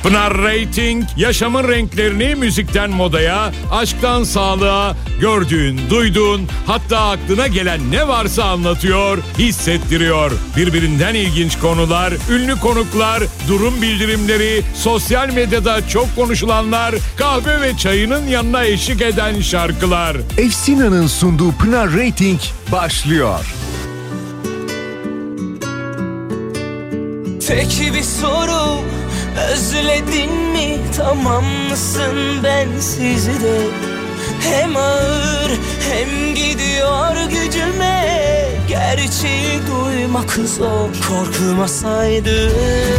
Pınar Rating, yaşamın renklerini müzikten modaya, aşktan sağlığa, gördüğün, duyduğun, hatta aklına gelen ne varsa anlatıyor, hissettiriyor. Birbirinden ilginç konular, ünlü konuklar, durum bildirimleri, sosyal medyada çok konuşulanlar, kahve ve çayının yanına eşlik eden şarkılar. Efsina'nın sunduğu Pınar Rating başlıyor. Tek bir soru, özledin mi, tamam mısın bensiz de? Hem ağır hem gidiyor gücüme, gerçeği duymak zor. Korkmasaydın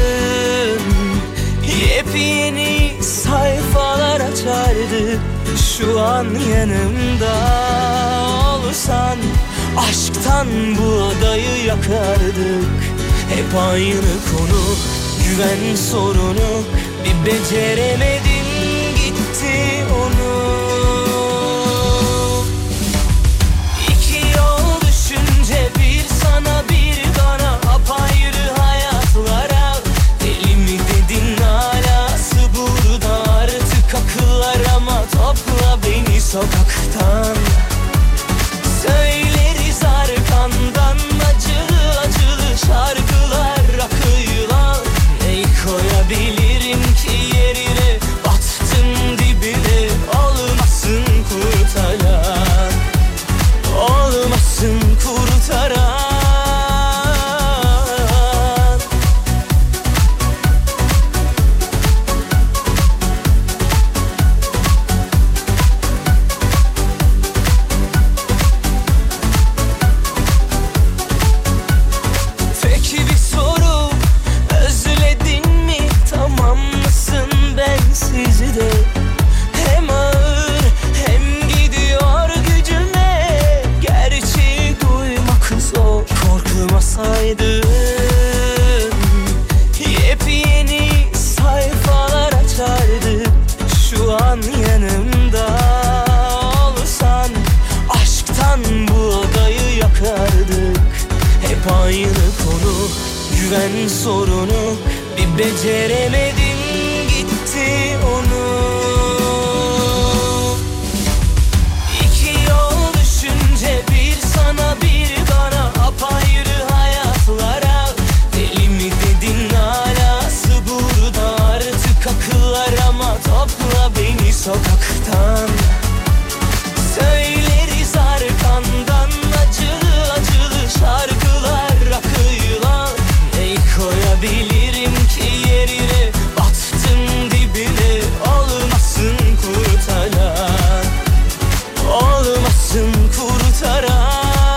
yepyeni sayfalar açardık. Şu an yanımda olsan aşktan bu odayı yakardık. Hep aynı konu, güven sorunu, bir beceremedin gitti onu. İki yol düşünce, bir sana bir bana, apayrı hayatlara. Deli mi dedin, alası burada artık akıllar, ama topla beni sokaktan. Söyleriz arkandan acılı acılı şarkılar, akıyla. Ney koyabilirim ki yerine, battım dibine. Olmasın kurtaran, olmasın kurtaran. Hem ağır hem gidiyor gücüme, gerçeği duymak zor. Korkmasaydın yepyeni sayfalar açardık. Şu an yanımda olsan aşktan bu odayı yakardık. Hep aynı konu, güven sorunu, bir beceremedin gitti onu. İki yol düşünce, bir sana bir bana, apayrı hayatlara. Deli mi dedin, alası burada artık akıllar, ama topla beni sokaktan. Söyleriz arkandan acılı acılı şarkılar, akıyla. Ney koyabilirim ki yerine, battım dibine. Olmasın kurtaran, olmasın kurtaran.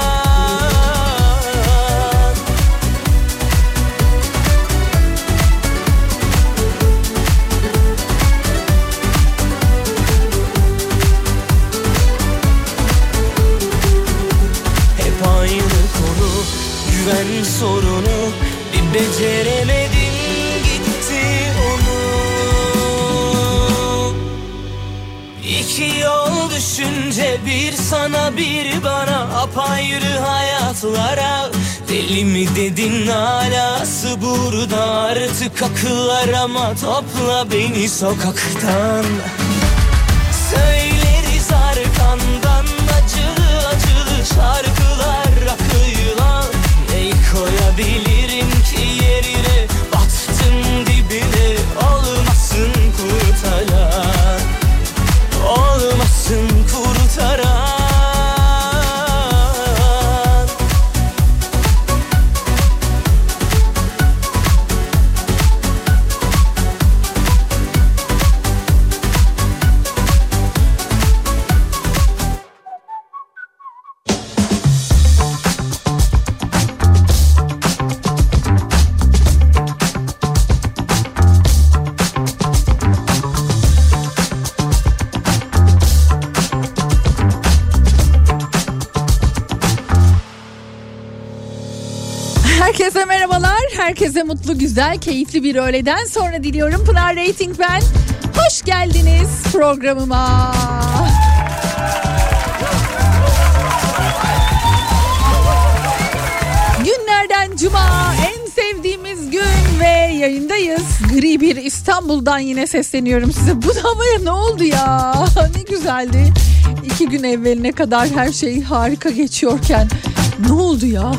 Hep aynı konu, güven sorunu, bir beceremedin gitti onu. İki yol düşünce, bir sana bir bana, apayrı hayatlara. Deli mi dedin, alası burada artık akıllar, ama topla beni sokaktan. Söyleriz arkandan acılı acılı şarkılar, akıyla. Ney koyabilirim ki yerine, battım dibine. Olmasın kurtaran, olmasın kurtaran. Herkese merhabalar, herkese mutlu, güzel, keyifli bir öğleden sonra diliyorum. Pınar Rating ben. Hoş geldiniz programıma. Günlerden cuma, en sevdiğimiz gün. ve yayındayız. Gri bir İstanbul'dan yine sesleniyorum size. Bu havaya ne oldu ya? Ne güzeldi. 2 gün evveline kadar her şey harika geçiyorken ne oldu yahu?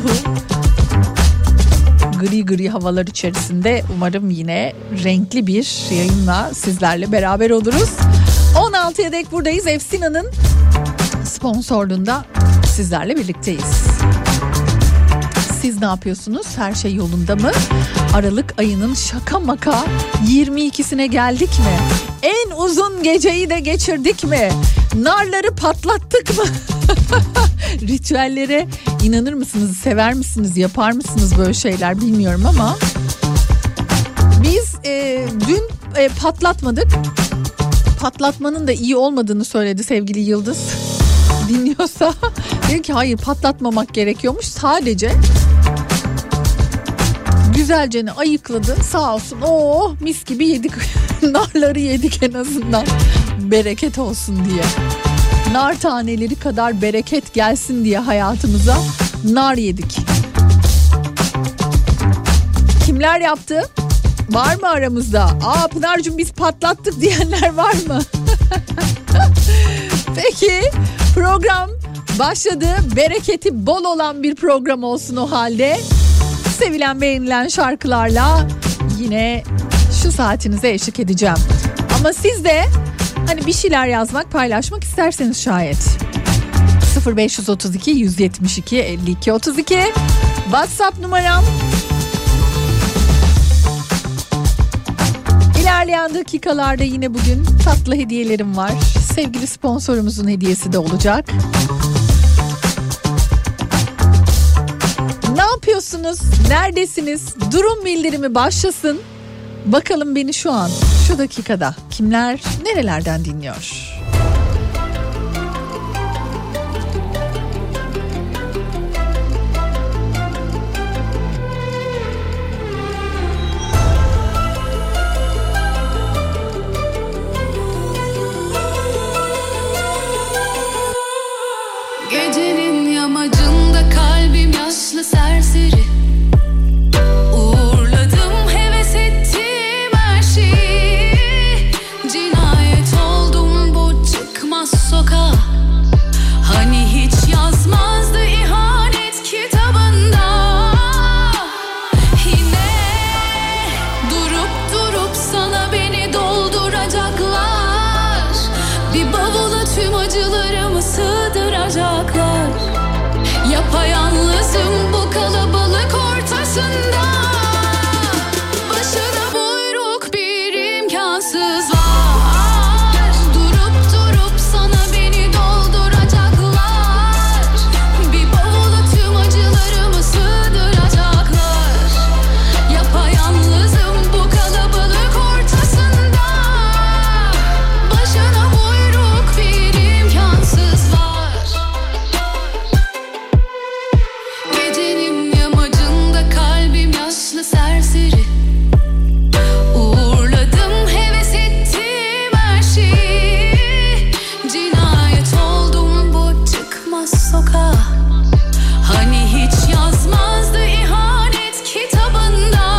Gri gri havalar içerisinde umarım yine renkli bir yayınla sizlerle beraber oluruz. 16'ya dek buradayız. Efsina'nın sponsorluğunda sizlerle birlikteyiz. Siz ne yapıyorsunuz? Her şey yolunda mı? Aralık ayının şaka maka 22'sine geldik mi? En uzun geceyi de geçirdik mi? Narları patlattık mı? Ritüellere inanır mısınız? Sever misiniz? Yapar mısınız böyle şeyler bilmiyorum ama biz dün patlatmadık. Patlatmanın da iyi olmadığını söyledi sevgili Yıldız. Dinliyorsa dedi ki hayır, patlatmamak gerekiyormuş. Sadece güzelce ayıkladı, sağ olsun. Oh, mis gibi yedik. Narları yedik en azından. Bereket olsun diye. Nar taneleri kadar bereket gelsin diye hayatımıza nar yedik. Kimler yaptı? Var mı aramızda? Pınar'cığım biz patlattık diyenler var mı? Peki program başladı. Bereketi bol olan bir program olsun o halde. Sevilen beğenilen şarkılarla yine şu saatinize eşlik edeceğim. Ama siz de hani bir şeyler yazmak, paylaşmak isterseniz şayet 0532 172 52 32 WhatsApp numaram. İlerleyen dakikalarda yine bugün tatlı hediyelerim var. Sevgili sponsorumuzun hediyesi de olacak. Ne yapıyorsunuz? Neredesiniz? Durum bildirimi başlasın. Bakalım beni şu an, şu dakikada kimler nerelerden dinliyor? Gecenin yamacında kalbim yaşlı serseri. Uğurladım, heves ettim her şeyi. Cinayet oldum bu çıkmaz sokağa. Hani hiç yazmazdı ihanet kitabında. Yine durup durup sana beni dolduracaklar. Bir bavula tüm acılarımı sığdıracaklar. Yapayalnızım bu kalabalık ortasında. Başına buyruk bir imkansız var. Durup durup sana beni dolduracaklar. Bir bavula tüm acılarımı sığdıracaklar. Yapayalnızım bu kalabalık ortasında. Başına buyruk bir imkansız var. Gecenin yamacında kalbim yaşlı serseri. Uğurladım, heves ettim her şeyi. Cinayet oldum bu çıkmaz sokağa. Hani hiç yazmazdı ihanet kitabında.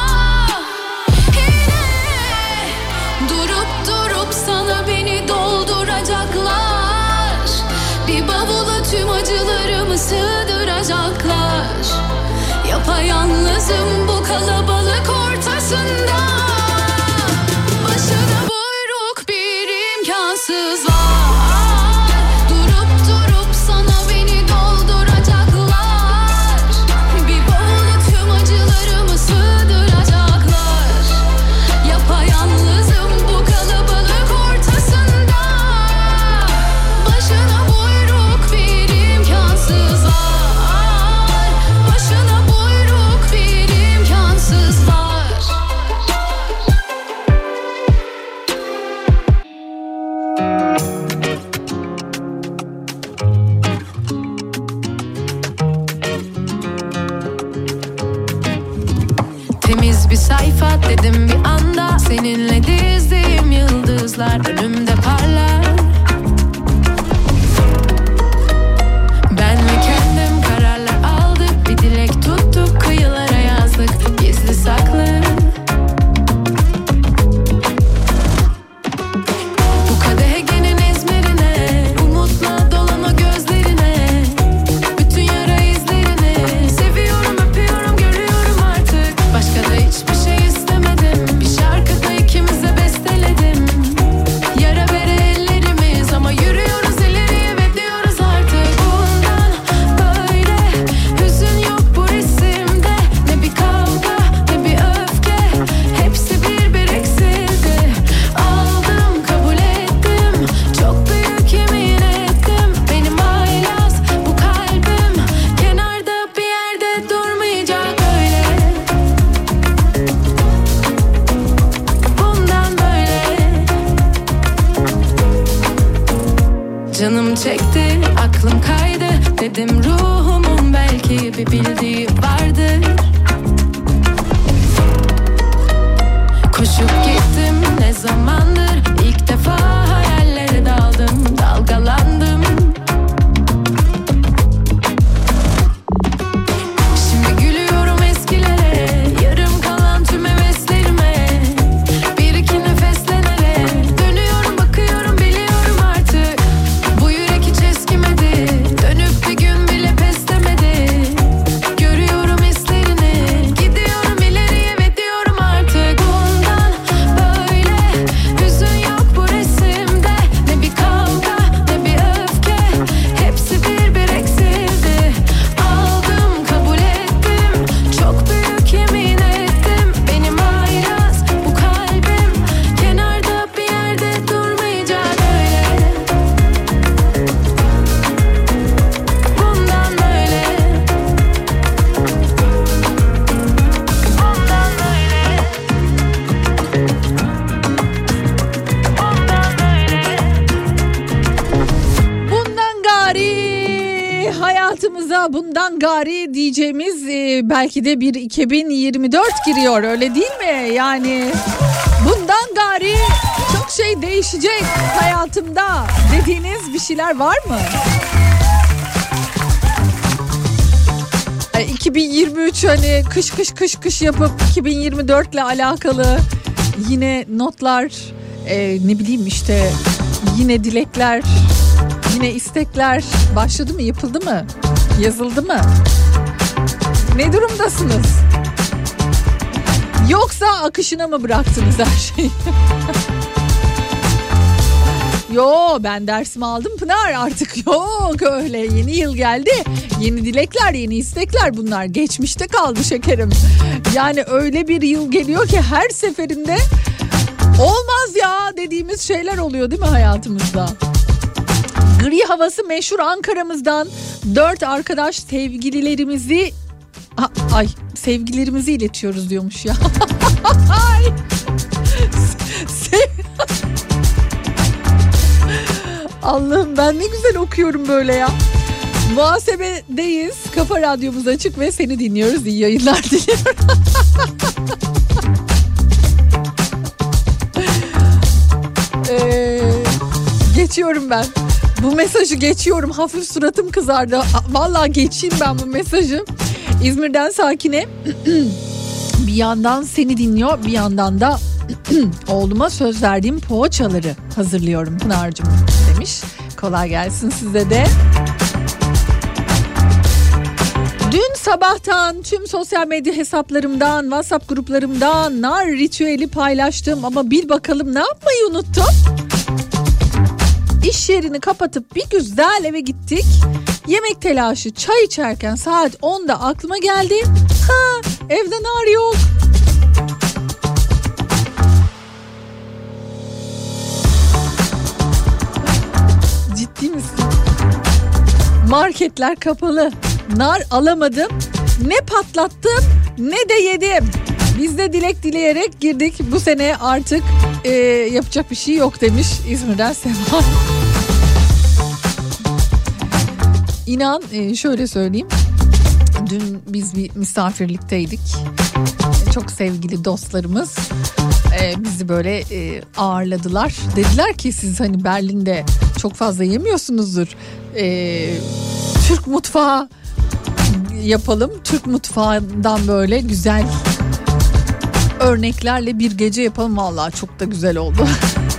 Yine durup durup sana beni dolduracaklar. Bir bavula tüm acılarımı sığdıracaklar. Yapayalnızım bu kalabalık ortasında. Başına buyruk bir imkansız var. Durup durup sana beni dolduracaklar. Bir bavula tüm acılarımı sığdıracaklar. Yapayalnızım bu kalabalık ortasında. Başına buyruk bir imkansız var. Başına buyruk bir imkansız var. Temiz bir sayfa dedim bir anda. Seninle dizdiğim yıldızlar önümde parlar. Ben ve kendim kararlar aldık. Bir dilek tuttuk, kıyılara yazdık. Gizli saklı Canım çekti, aklım kaydı. Dedim ruhumun belki bir bildiği vardır. Koşup gittim ne zamandır, ilk defa hayallere daldım, dalgalandım. Şimdi gülüyorum eskilere, yarım kalan tüm heveslerime. Bir iki nefesle nereye dönüyorum, bakıyorum, biliyorum artık. Bu yürek hiç eskimedi, dönüp bir gün bile pes demedi. Görüyorum hislerini, gidiyorum ileriye ve diyorum artık. Bundan böyle hüzün yok bu resimde. Ne bir kavga ne bir öfke, hepsi bir eksildi. Aldım kabul ettim, çok büyük yemin ettim. Benim ayraz bu kalbim, kenarda bir yerde durmayacak öyle. Bundan böyle, bundan böyle, bundan böyle. Bundan gari hayatımıza bundan gari diyeceğimiz belki de bir 2024 giriyor, öyle değil mi? Yani bundan gari çok şey değişecek hayatımda dediğiniz bir şeyler var mı? 2023 hani kış yapıp 2024 ile alakalı yine notlar, ne bileyim işte yine dilekler, yine istekler başladı mı, yapıldı mı, yazıldı mı? Ne durumdasınız? Yoksa akışına mı bıraktınız her şeyi? Yo, ben dersimi aldım Pınar, artık yok öyle, yeni yıl geldi, yeni dilekler, yeni istekler, bunlar geçmişte kaldı şekerim. Yani öyle bir yıl geliyor ki her seferinde olmaz ya dediğimiz şeyler oluyor değil mi hayatımızda? Gri havası meşhur Ankara'mızdan 4 arkadaş sevgililerimizi sevgilerimizi iletiyoruz diyormuş ya. Allah'ım, ben ne güzel okuyorum böyle ya. Muhasebedeyiz. Kafa Radyomuz açık ve seni dinliyoruz. İyi yayınlar diliyorum. Geçiyorum ben. Bu mesajı geçiyorum. Hafif suratım kızardı. Vallahi geçeyim ben bu mesajı. İzmir'den Sakine. Bir yandan seni dinliyor, bir yandan da oğluma söz verdiğim poğaçaları hazırlıyorum Pınar'cığım demiş. Kolay gelsin size de. Dün sabahtan tüm sosyal medya hesaplarımdan, WhatsApp gruplarımdan nar ritüeli paylaştım ama bil bakalım ne yapmayı unuttum. İş yerini kapatıp bir güzel eve gittik. Yemek telaşı, çay içerken saat 10'da aklıma geldi. Evde nar yok. Ciddi misin? Marketler kapalı. Nar alamadım. Ne patlattım ne de yedim. Biz de dilek dileyerek girdik. Bu sene artık yapacak bir şey yok demiş İzmir'den Sema. İnan şöyle söyleyeyim. Dün biz bir misafirlikteydik. Çok sevgili dostlarımız bizi böyle ağırladılar. Dediler ki siz hani Berlin'de çok fazla yemiyorsunuzdur. Türk mutfağı yapalım. Türk mutfağından böyle güzel örneklerle bir gece yapalım. Vallahi çok da güzel oldu.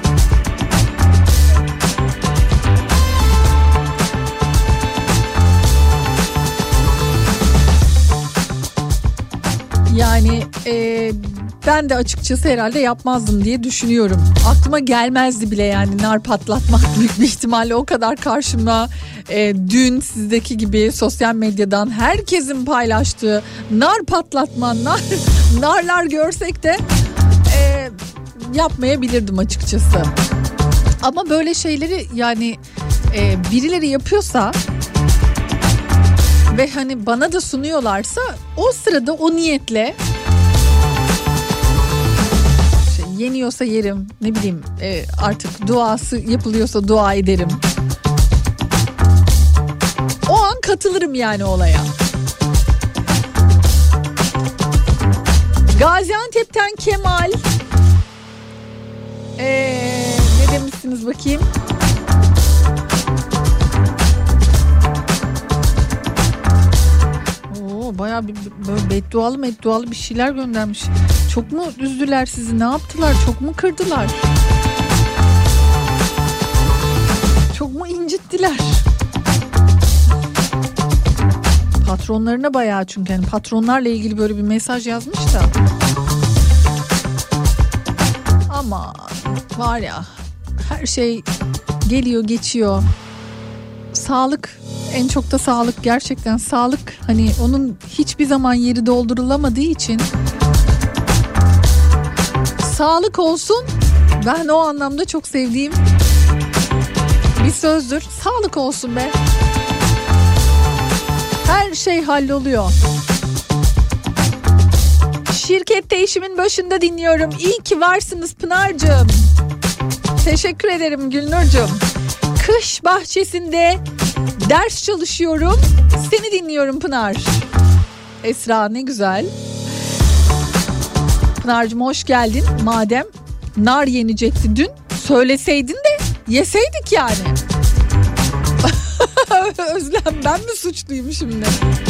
Yani ben de açıkçası herhalde yapmazdım diye düşünüyorum. Aklıma gelmezdi bile yani nar patlatmak büyük bir ihtimalle o kadar karşıma dün sizdeki gibi sosyal medyadan herkesin paylaştığı nar patlatma, narlar görsek de yapmayabilirdim açıkçası. Ama böyle şeyleri yani birileri yapıyorsa ve hani bana da sunuyorlarsa o sırada o niyetle yeniyorsa yerim, ne bileyim artık duası yapılıyorsa dua ederim. katılırım yani olaya. Gaziantep'ten Kemal. Ne demişsiniz bakayım? Bayağı böyle beddualı bir şeyler göndermiş. Çok mu üzdüler sizi? Ne yaptılar? Çok mu kırdılar? Çok mu incittiler? Patronlarına bayağı, çünkü yani patronlarla ilgili böyle bir mesaj yazmış da. Ama var ya, her şey geliyor geçiyor. Sağlık, en çok da sağlık, gerçekten sağlık, hani onun hiçbir zaman yeri doldurulamadığı için sağlık olsun. Ben o anlamda çok sevdiğim bir sözdür. Sağlık olsun be. Her şey halloluyor. Şirkette işimin başında dinliyorum. İyi ki varsınız Pınar'cığım. Teşekkür ederim Gülnur'cığım. Kış bahçesinde ders çalışıyorum. Seni dinliyorum Pınar. Esra, ne güzel. Pınar'cığım hoş geldin. Madem nar yenecekti dün, söyleseydin de yeseydik yani. Özlem, ben mi suçluyum şimdi?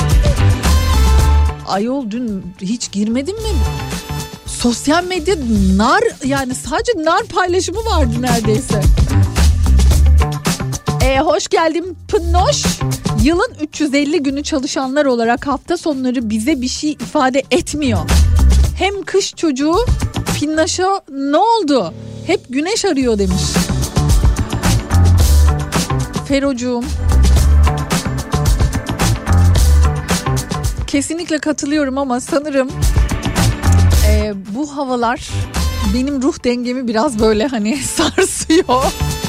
Ayol, dün hiç girmedin mi? Sosyal medya nar, yani sadece nar paylaşımı vardı neredeyse. Hoş geldin Pınnoş. Yılın 350 günü çalışanlar olarak hafta sonları bize bir şey ifade etmiyor. Hem kış çocuğu Pinnaş'a ne oldu? Hep güneş arıyor demiş. Ferocuğum, kesinlikle katılıyorum ama sanırım bu havalar benim ruh dengemi biraz böyle hani sarsıyor.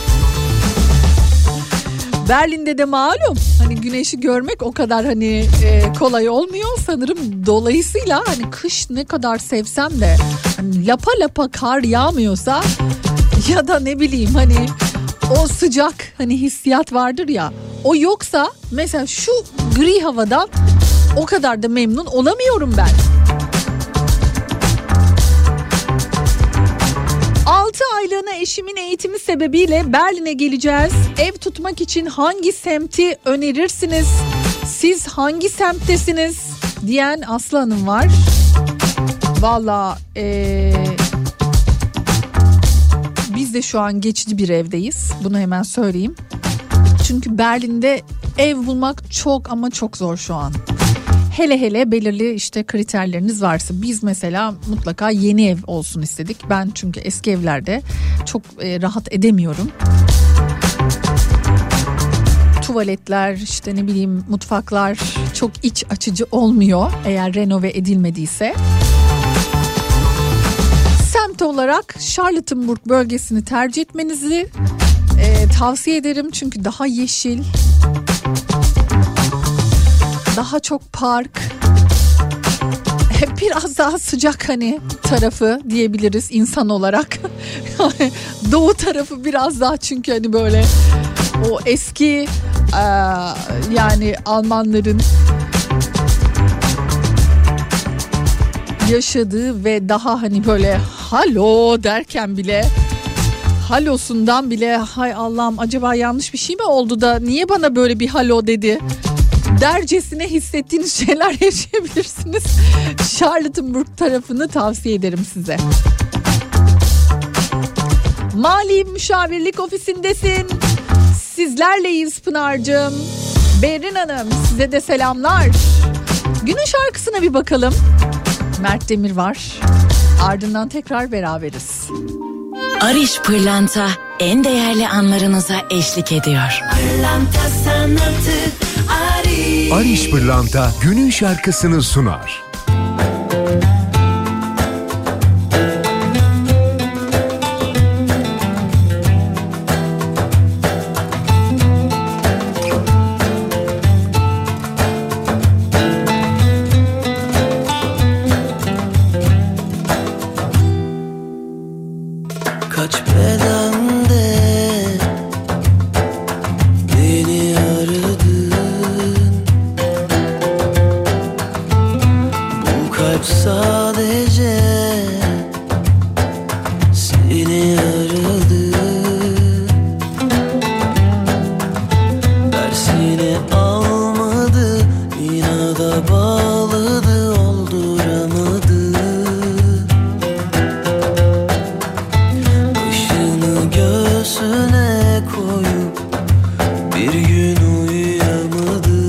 Berlin'de de malum hani güneşi görmek o kadar hani kolay olmuyor sanırım. Dolayısıyla hani kış ne kadar sevsem de hani lapa lapa kar yağmıyorsa ya da ne bileyim hani o sıcak hani hissiyat vardır ya, o yoksa mesela şu gri havadan o kadar da memnun olamıyorum ben. 6 aylığına eşimin eğitimi sebebiyle Berlin'e geleceğiz. Ev tutmak için hangi semti önerirsiniz? Siz hangi semttesiniz? Diyen Aslı Hanım var. Valla biz de şu an geçici bir evdeyiz. Bunu hemen söyleyeyim. Çünkü Berlin'de ev bulmak çok ama çok zor şu an. Hele hele belirli işte kriterleriniz varsa, biz mesela mutlaka yeni ev olsun istedik. Ben çünkü eski evlerde çok rahat edemiyorum. Tuvaletler, işte ne bileyim mutfaklar çok iç açıcı olmuyor eğer renove edilmediyse. Semt olarak Charlottenburg bölgesini tercih etmenizi tavsiye ederim. Çünkü daha yeşil, daha çok park, biraz daha sıcak hani tarafı diyebiliriz insan olarak. Doğu tarafı biraz daha, çünkü hani böyle o eski yani Almanların yaşadığı ve daha hani böyle halo derken bile, halosundan bile hay Allah'ım acaba yanlış bir şey mi oldu da niye bana böyle bir halo dedi dercesine hissettiğiniz şeyler yaşayabilirsiniz. Charlottenburg tarafını tavsiye ederim size. Mali müşavirlik ofisindesin. Sizlerleyiz Pınar'cığım. Berrin Hanım, size de selamlar. Günün şarkısına bir bakalım. Mert Demir var. Ardından tekrar beraberiz. Ariş Pırlanta en değerli anlarınıza eşlik ediyor. Pırlanta sanatı Ariş. Ariş Pırlanta günün şarkısını sunar. Kaç bedende beni aradın, Beni aradı, dersini almadı, inada bağladı, olduramadı. Başını göğsüne koyup bir gün uyuyamadı.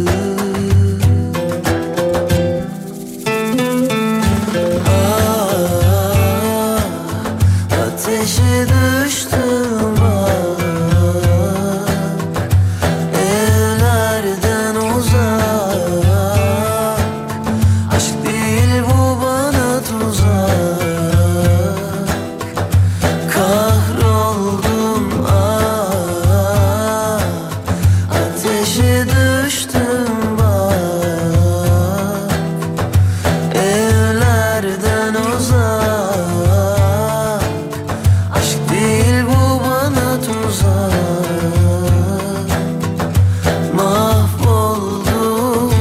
Ateşe düştüm bak, evlerden uzak. Aşk değil bu bana tuzak. Kahroldum ateşe düştüm bak, evlerden uzak. Değil bu bana tuzak. Mahvoldum.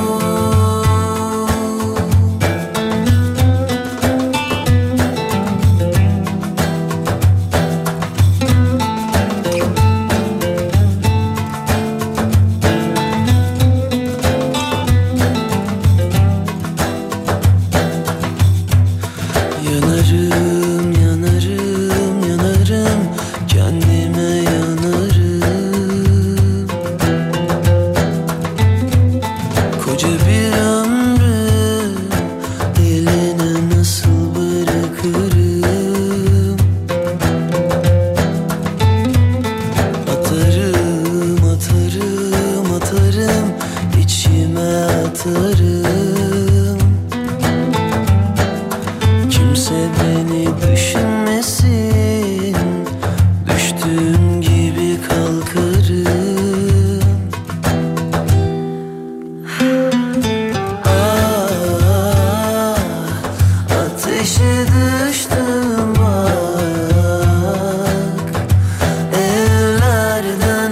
Yanarım, yanarım, yanarım, kendime yanarım. Koca bir ömrü eline nasıl bırakırım? Atarım, atarım, atarım, içime atarım. Kimse beni düşünmesin, düştüğüm gibi kalkarım. Ateşe düştüm bak, evlerden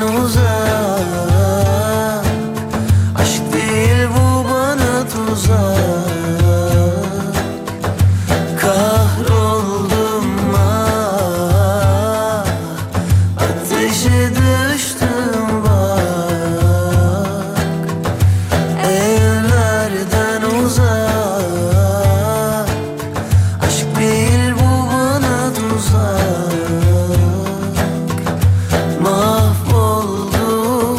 uzak. Aşk değil bu bana tuzak. Kahroldum ateşe düştüm bak, evlerden uzak. Aşk değil bu bana tuzak. Mahvoldum.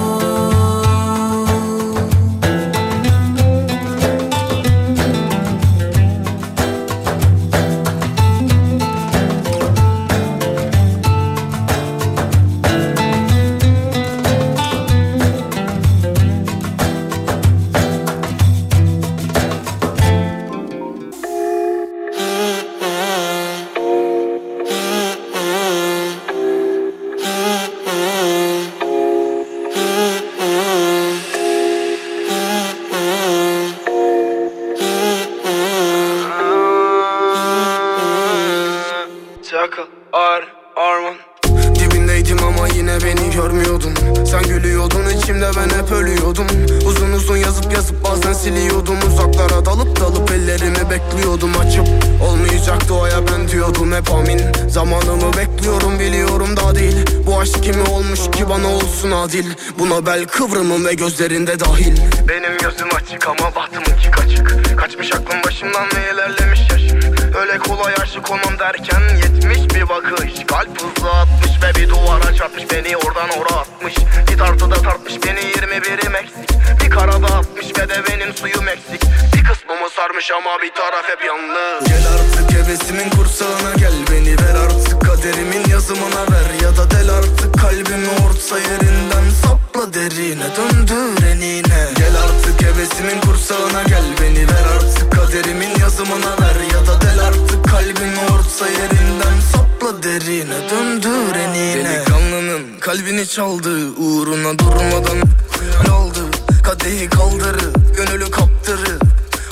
Çakal, Arman. Dibindeydim ama yine beni görmüyordun. Sen gülüyordun, içimde ben hep ölüyordum. Uzun uzun yazıp yazıp bazen siliyordum. Uzaklara dalıp dalıp ellerimi bekliyordum. Açıp olmayacaktı o ya ben diyordum hep amin. Zamanımı bekliyorum biliyorum da değil. Bu aşk kimi olmuş ki bana olsun adil. Buna bel kıvrımım ve gözlerinde dahil. Benim gözüm açık ama bahtımınki kaçık. Kaçmış aklım başımdan ve ilerlemiş yaşım. Öyle kolay aşık olmam derken yetmiş bir bakış. Kalp hızlı atmış ve bir duvara çarpmış, beni oradan oraya atmış. Bir tartıda tartmış beni 21'im eksik. Bir karada atmış ve de benim suyum eksik. Bir kısmımı sarmış ama bir taraf hep yalnız. Gel artık hevesimin kursağına gel, beni ver artık kaderimin yazımına ver. Ya da del artık kalbimi orta yerinden sapla derine, döndür enine. Gel artık hevesimin kursağına gel, beni ver artık kaderimin yazımına ver. Ya da del artık kalbimi orta yerinden sapla derine, döndür enine. Delikanlının kalbini çaldı, uğruna durmadan aldı. Kadehi kaldırıp gönülü kaptırıp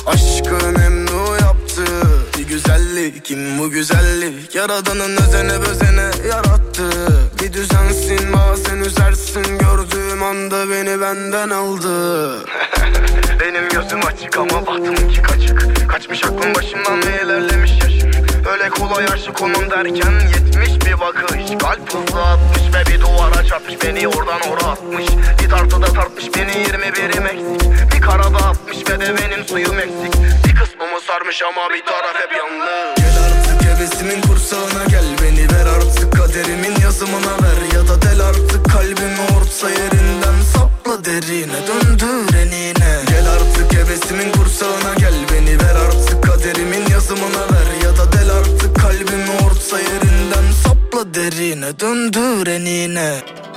aşkın emnu yaptı. Bir güzellik, kim bu güzellik? Yaradanın özene bözene yarattı. Bir düzensin bazen üzersin, gördüğüm anda beni benden aldı. Benim gözüm açık ama bahtımınki kaçık. Kaçmış aklım başımdan ve ilerlemiş yaşım. Öyle kolay aşık olmam derken 70 bir bakış. Kalp hızlı atmış ve bir duvara çarpmış, beni oradan oraya atmış. Bir tartıda tartmış beni 21'im eksik. Bir karada atmış ve de benim suyum eksik. Bir kısmımı sarmış ama bir taraf hep yalnız. Gel artık hevesimin kursağına gel, beni ver artık kaderimin yazımına ver. Ya da del artık kalbimi orta yerinden sapla derine, döndür enine. Gel artık hevesimin kursağına gel, beni ver artık kaderimin yazımına ver. Ya da del artık kalbimi orta yerinden sapla derine, döndür enine.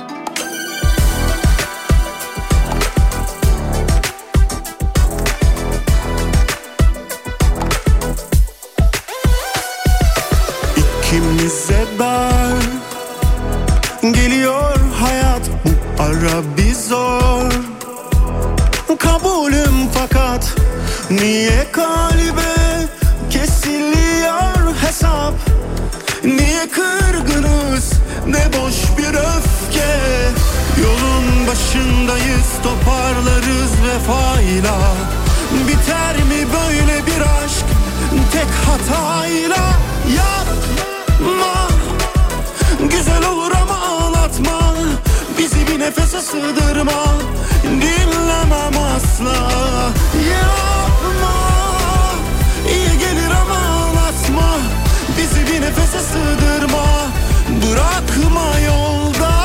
İkimize dar geliyor hayat, bu ara bir zor kabulüm, fakat niye kalbe kesiliyor hesap? Niye kırgınız, ne boş bir öfke? Yolun başındayız, toparlarız vefayla. Biter mi böyle bir aşk tek hatayla? Yapma, güzel olur ama ağlatma. Bizi bir nefese sığdırma, dinlemem asla. Yapma, iyi gelir ama ağlatma. Bizi bir nefese sığdırma, bırakma yolda.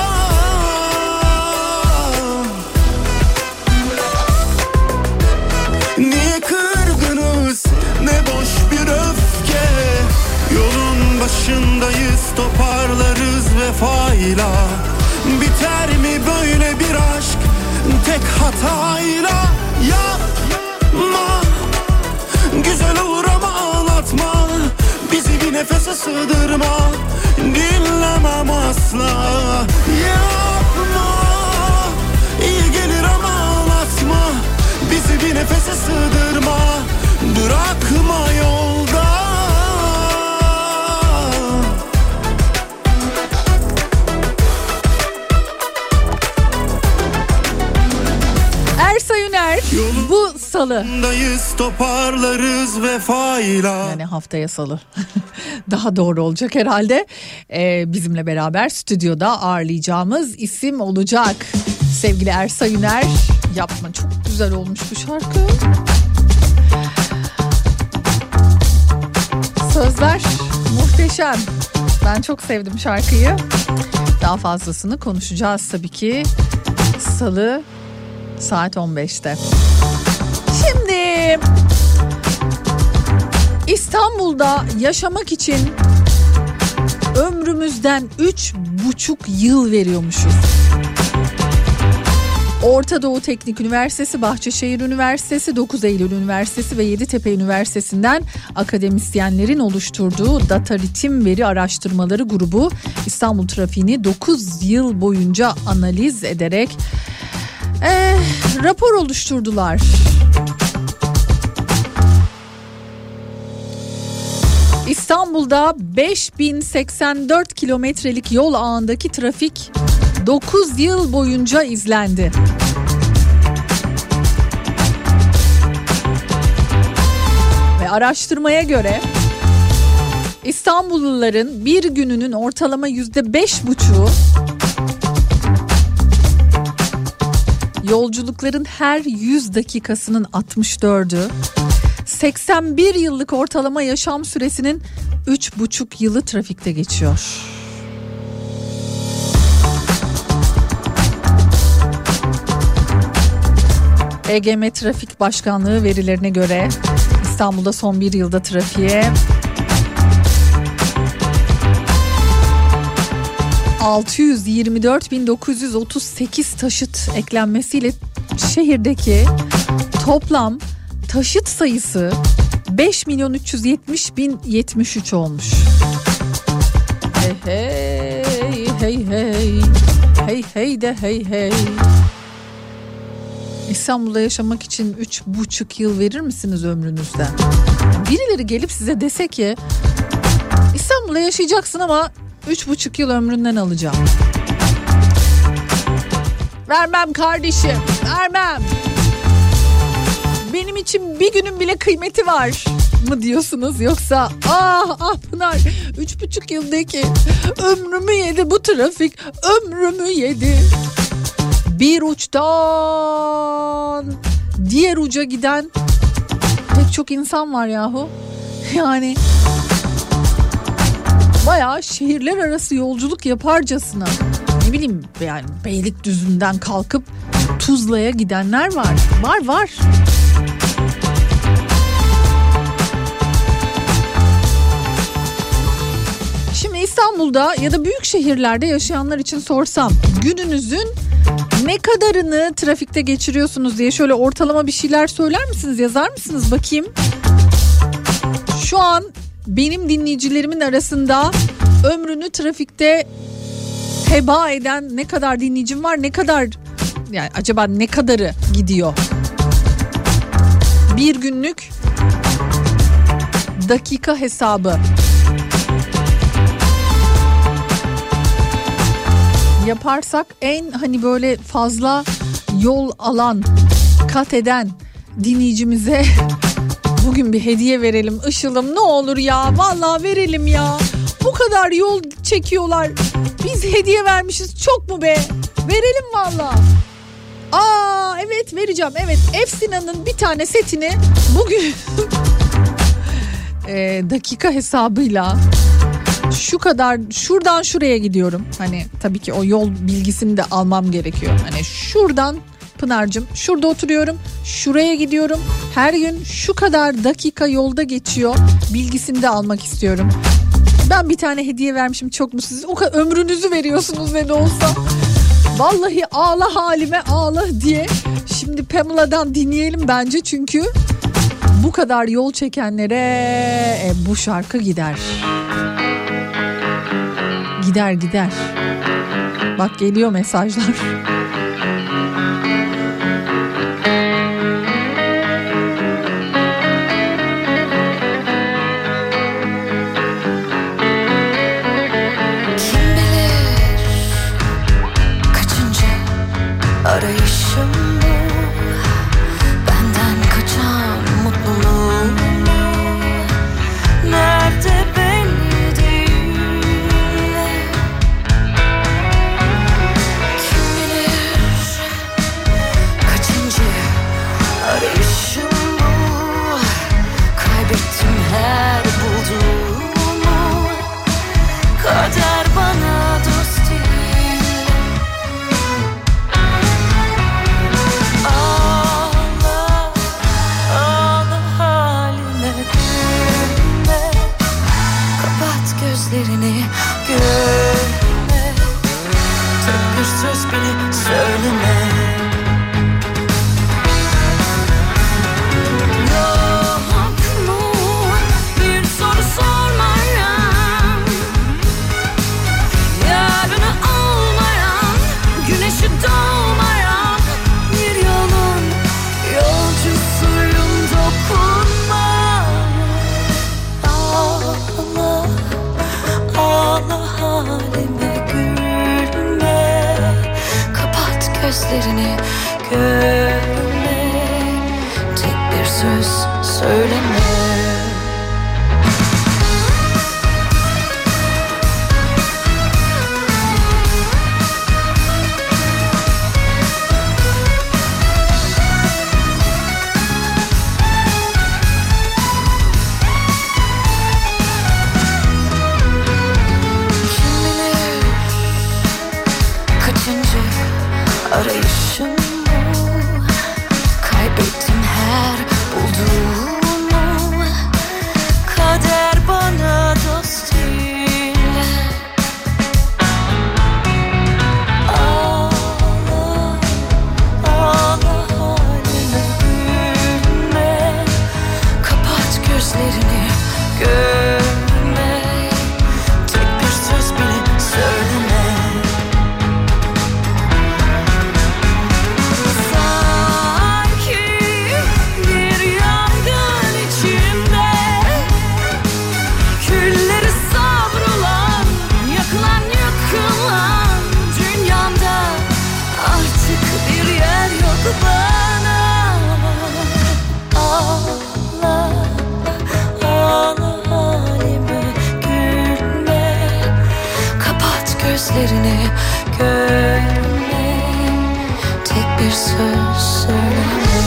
Niye kırgınız, ne boş bir öfke? Yolun başındayız, toparlarız vefayla. Biter mi böyle bir aşk tek hatayla? Yapma, güzel olur ama ağlatma. Bizi bir nefese sığdırma, dinlemem asla. Yapma, iyi gelir ama ağlatma. Bizi bir nefese sığdırma, bırakma yolda. Ersa Üner bu salı. Toparlarız vefayla. Yani haftaya salı. Daha doğru olacak herhalde. Bizimle beraber stüdyoda ağırlayacağımız isim olacak. Sevgili Ersa Üner. Yapma, çok güzel olmuş bu şarkı. Sözler muhteşem. Ben çok sevdim şarkıyı. Daha fazlasını konuşacağız tabii ki. Salı saat 15'te. Şimdi İstanbul'da yaşamak için ömrümüzden 3,5 yıl veriyormuşuz. Orta Doğu Teknik Üniversitesi, Bahçeşehir Üniversitesi, 9 Eylül Üniversitesi ve Yeditepe Üniversitesi'nden akademisyenlerin oluşturduğu Data Ritim Veri Araştırmaları grubu İstanbul trafiğini 9 yıl boyunca analiz ederek rapor oluşturdular. İstanbul'da 5084 kilometrelik yol ağındaki trafik 9 yıl boyunca izlendi. Ve araştırmaya göre İstanbulluların bir gününün ortalama %5,5'u yolculukların her 100 dakikasının 64'ü, 81 yıllık ortalama yaşam süresinin 3,5 yılı trafikte geçiyor. EGM Trafik Başkanlığı verilerine göre İstanbul'da son bir yılda trafiğe 624.938 taşıt eklenmesiyle şehirdeki toplam taşıt sayısı 5.370.073 olmuş. Hey hey hey hey hey hey de hey hey. İstanbul'da yaşamak için 3,5 yıl verir misiniz ömrünüzden? Birileri gelip size dese ki İstanbul'da yaşayacaksın ama 3,5 yıl ömründen alacağım. Vermem kardeşim, vermem. Benim için bir günün bile kıymeti var. mı diyorsunuz yoksa ah Pınar 3,5 yıldaki ömrümü yedi bu trafik, ömrümü yedi. Bir uçtan diğer uca giden pek çok insan var yahu. Yani bayağı şehirler arası yolculuk yaparcasına, ne bileyim yani Beylikdüzü'nden kalkıp Tuzla'ya gidenler var. Var. Şimdi İstanbul'da ya da büyük şehirlerde yaşayanlar için sorsam gününüzün ne kadarını trafikte geçiriyorsunuz diye şöyle ortalama bir şeyler söyler misiniz, yazar mısınız bakayım? Şu an benim dinleyicilerimin arasında ömrünü trafikte heba eden ne kadar dinleyicim var, ne kadar yani acaba ne kadarı gidiyor? Bir günlük dakika hesabı yaparsak en hani böyle fazla yol alan, kat eden dinleyicimize bugün bir hediye verelim Işıl'ım, ne olur ya, vallahi verelim ya. Bu kadar yol çekiyorlar, biz hediye vermişiz, çok mu be? Verelim vallahi. Evet vereceğim, evet. Efsina'nın bir tane setini bugün dakika hesabıyla şu kadar şuradan şuraya gidiyorum. Hani tabii ki o yol bilgisini de almam gerekiyor. Hani şuradan Pınar'cığım şurada oturuyorum, şuraya gidiyorum. Her gün şu kadar dakika yolda geçiyor bilgisini de almak istiyorum. Ben bir tane hediye vermişim, çok mu siz? O kadar ömrünüzü veriyorsunuz ne de olsa. Vallahi ağla halime ağla diye. Şimdi Pamela'dan dinleyelim bence, çünkü bu kadar yol çekenlere bu şarkı gider. Gider. Bak geliyor mesajlar. Kim bilir kaçıncı arayışım bu, benden kaçan mutluluğum nerede belli değil. Kim bilir kaçıncı arayışım bu, kaybettim her bulduğumu, kader bana dost değil. Ağla, ağla halime gülme, kapat gözlerini görme, tek bir söz bile söyleme. Yok mu bir soru sormayan, yarını olmayan, güneşi doğmayan bir yolun yolcusuyum, dokunma. Ağla, ağla halime gülme, kapat gözlerini görme, tek bir söz söyleme. Kim bilir kaçıncı arayışım bu, kaybettim her bulduğumu, gözlerini görme, tek bir söz söyleme.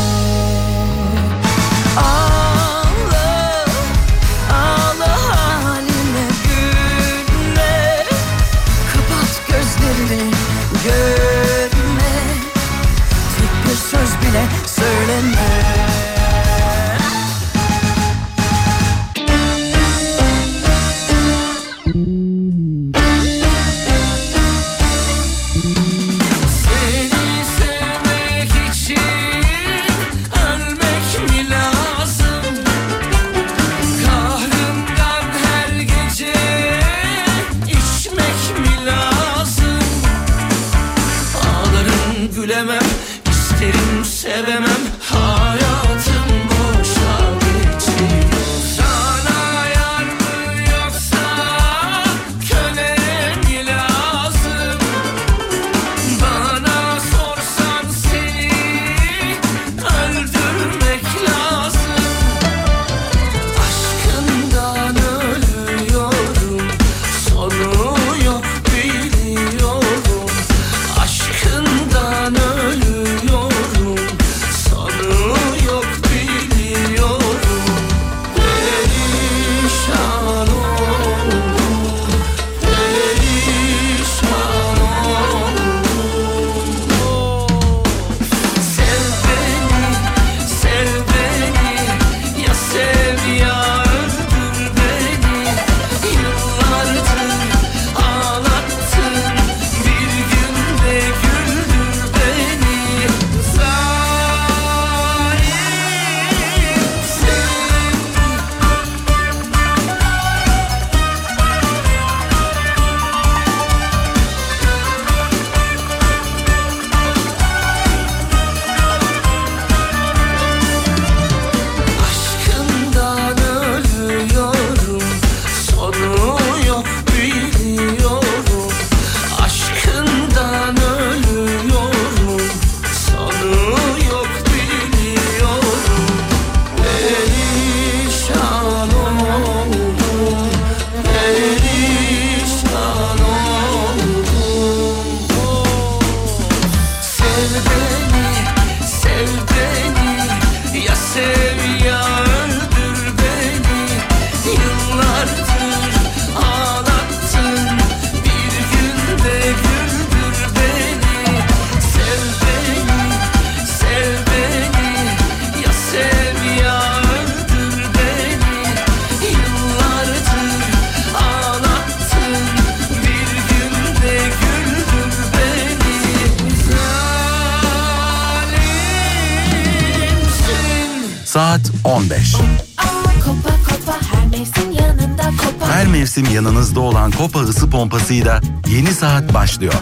Ağla, ağla haline gülme, kapat gözlerini görme, tek bir söz bile söyleme. Sevemem, hayatım boşa geçti. Sana yar mı yoksa köle mi lazım? Bana sorsan seni öldürmek lazım. Aşkından ölüyorum, sonu yok biliyorum. Aşkından ölüyorum, yok biliyorum. Perişan oldum, perişan oldum. Sev beni, ya sev ya öldür beni. Yıllardır ağlattın, bir günde güldür beni. Aşkından ölüyorum, sonu yok biliyorum. Aşkından ölüyorum, sonu yok biliyorum. Perişan oldum, perişan oldum. Sev beni, ya sev ya öldür beni. Yıllardır ağlattın, bir günde güldür beni. Sev beni, ya sev ya öldür beni. Yıllardır ağlattın, bir günde güldür beni. Saat 15. Kopa kopa her mevsim yanında kopa. Her mevsim yanınızda olan Kopa ısı pompasıyla yeni saat başlıyor.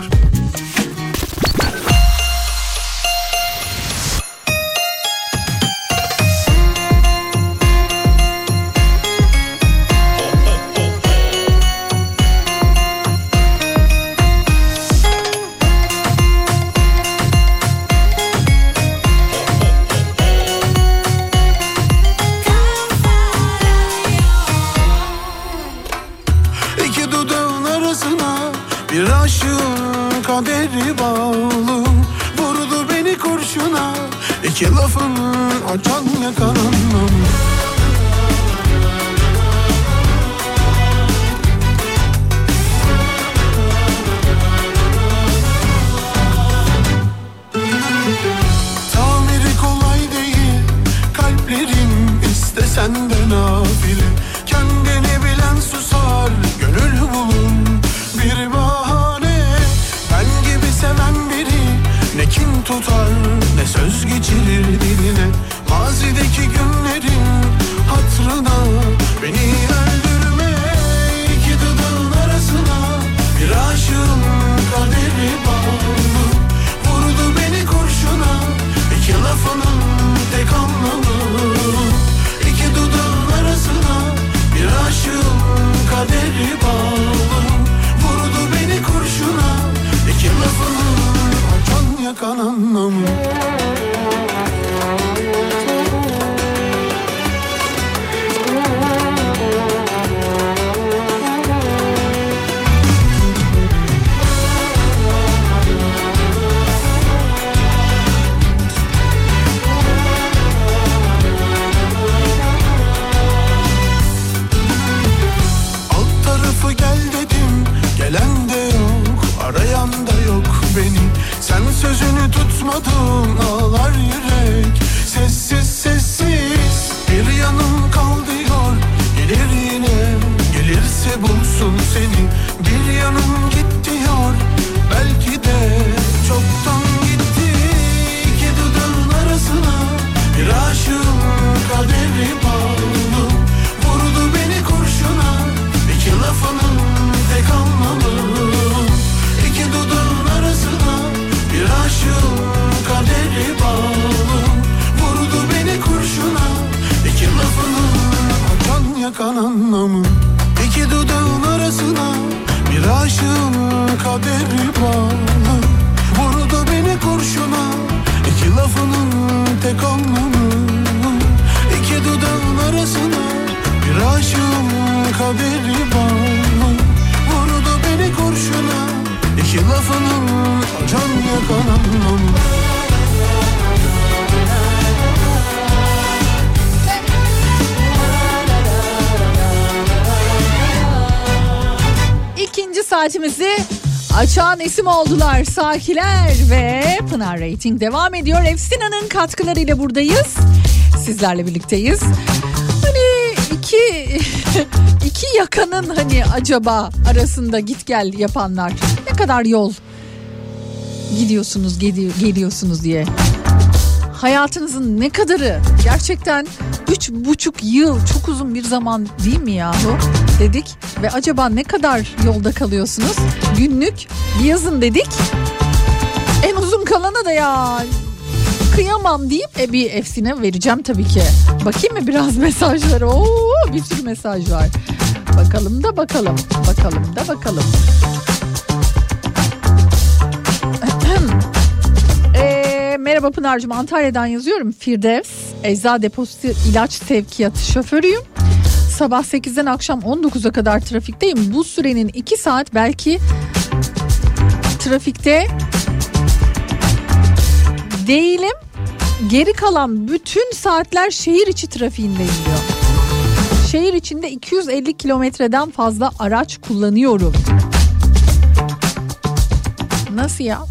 İki dudağın arasına bir aşığın kaderi bağlı. Vurdu beni kurşuna, iki lafın açan yakalanmam. Tamiri kolay değil, kalplerin istesen de nafile. Kendini bilen susar, gönül bulun bir bahane. Ben gibi seven biri ne kin tutar ne söz geçirir diline. Mazideki günlerin hatırına beni öldürme. İki dudağın arasına bir aşığın kaderi bağlı. Vurdu beni kurşuna, iki lafının tek anlamı. İki dudağın arasına bir aşığın kaderi bağlı. Vurdu beni kurşuna, iki lafının açan yakan anlamı. unutmadım, ağlar yürek. Sessiz sessiz bir yanım kal diyor. Gelir yine, gelirse bulsun seni. Bir yanım git diyor, belki de çoktan gitti. İki dudağın arasına bir aşığın kaderi bağlı. Vurdu beni kurşuna, iki lafının tek anlamı. İki dudağın arasına bir aşığın kaderi bağlı. Vurdu beni kurşuna, iki lafının can yakan anlamı. İki dudağın arasına bir aşığın kaderi bağlı. Vurdu beni kurşuna, iki lafının tek anlamı. İki dudağın arasına bir aşığın kaderi bağlı. Vurdu beni kurşuna, iki lafının can yakan anlamı. İkinci saatimizi açan isim oldular Sakiler ve Pınar Rating devam ediyor. Efsina'nın katkılarıyla buradayız. Sizlerle birlikteyiz. Hani iki yakanın hani acaba arasında git gel yapanlar ne kadar yol gidiyorsunuz geliyorsunuz diye. Hayatınızın ne kadarı gerçekten 3,5 yıl çok uzun bir zaman değil mi yahu dedik ve acaba ne kadar yolda kalıyorsunuz? Günlük bir yazın dedik. En uzun kalana da ya kıyamam deyip bir Efsine vereceğim tabii ki. Bakayım mı biraz mesajlara? Oo, bir sürü mesaj var. Bakalım da bakalım. Merhaba Pınar'cığım, Antalya'dan yazıyorum. Firdevs, ecza deposu ilaç sevkiyatı şoförüyüm. Sabah 8'den akşam 19'a kadar trafikteyim. Bu sürenin 2 saat belki trafikte değilim. Geri kalan bütün saatler şehir içi trafiğindeyim diyor. Şehir içinde 250 kilometreden fazla araç kullanıyorum. Nasıl ya?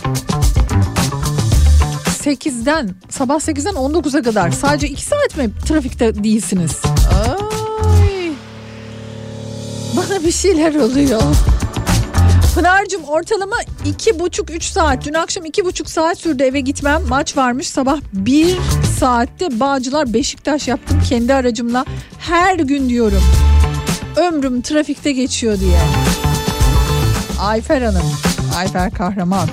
Sabah 8'den 19'a kadar sadece 2 saat mi trafikte değilsiniz? Ay, bana bir şeyler oluyor. Pınar'cığım ortalama 2,5-3 saat. Dün akşam 2,5 saat sürdü eve gitmem. Maç varmış, sabah 1 saatte Bağcılar Beşiktaş yaptım kendi aracımla. Her gün diyorum ömrüm trafikte geçiyor diye. Ayfer Hanım, Ayfer Kahraman.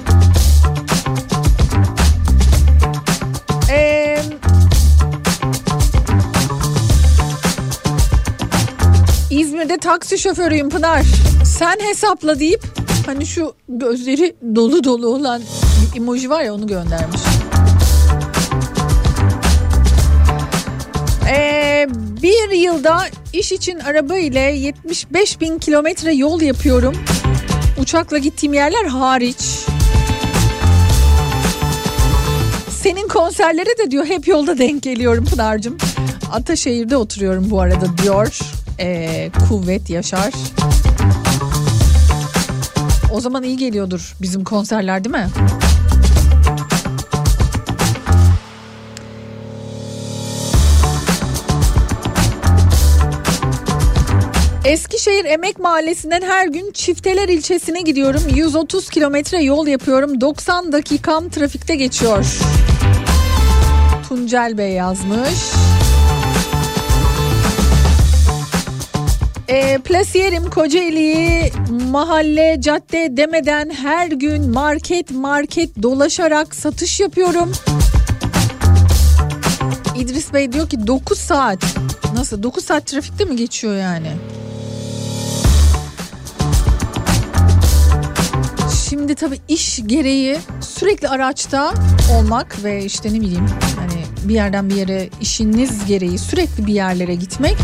İzmir'de taksi şoförüyüm Pınar. Sen hesapla deyip hani şu gözleri dolu dolu olan bir emoji var ya, onu göndermiş. Bir yılda iş için araba ile 75.000 kilometre yol yapıyorum. Uçakla gittiğim yerler hariç. Senin konserlere de diyor hep yolda denk geliyorum Pınar'cığım. Ataşehir'de oturuyorum bu arada diyor. Kuvvet Yaşar. O zaman iyi geliyordur bizim konserler değil mi? Eskişehir Emek Mahallesi'nden her gün Çifteler ilçesine gidiyorum. 130 kilometre yol yapıyorum. 90 dakikam trafikte geçiyor. Tuncel Bey yazmış. Plasiyerim, Kocaeli'yi mahalle, cadde demeden her gün market dolaşarak satış yapıyorum. İdris Bey diyor ki 9 saat. Nasıl? 9 saat trafikte mi geçiyor yani? Şimdi tabii iş gereği sürekli araçta olmak ve işte ne bileyim hani bir yerden bir yere işiniz gereği sürekli bir yerlere gitmek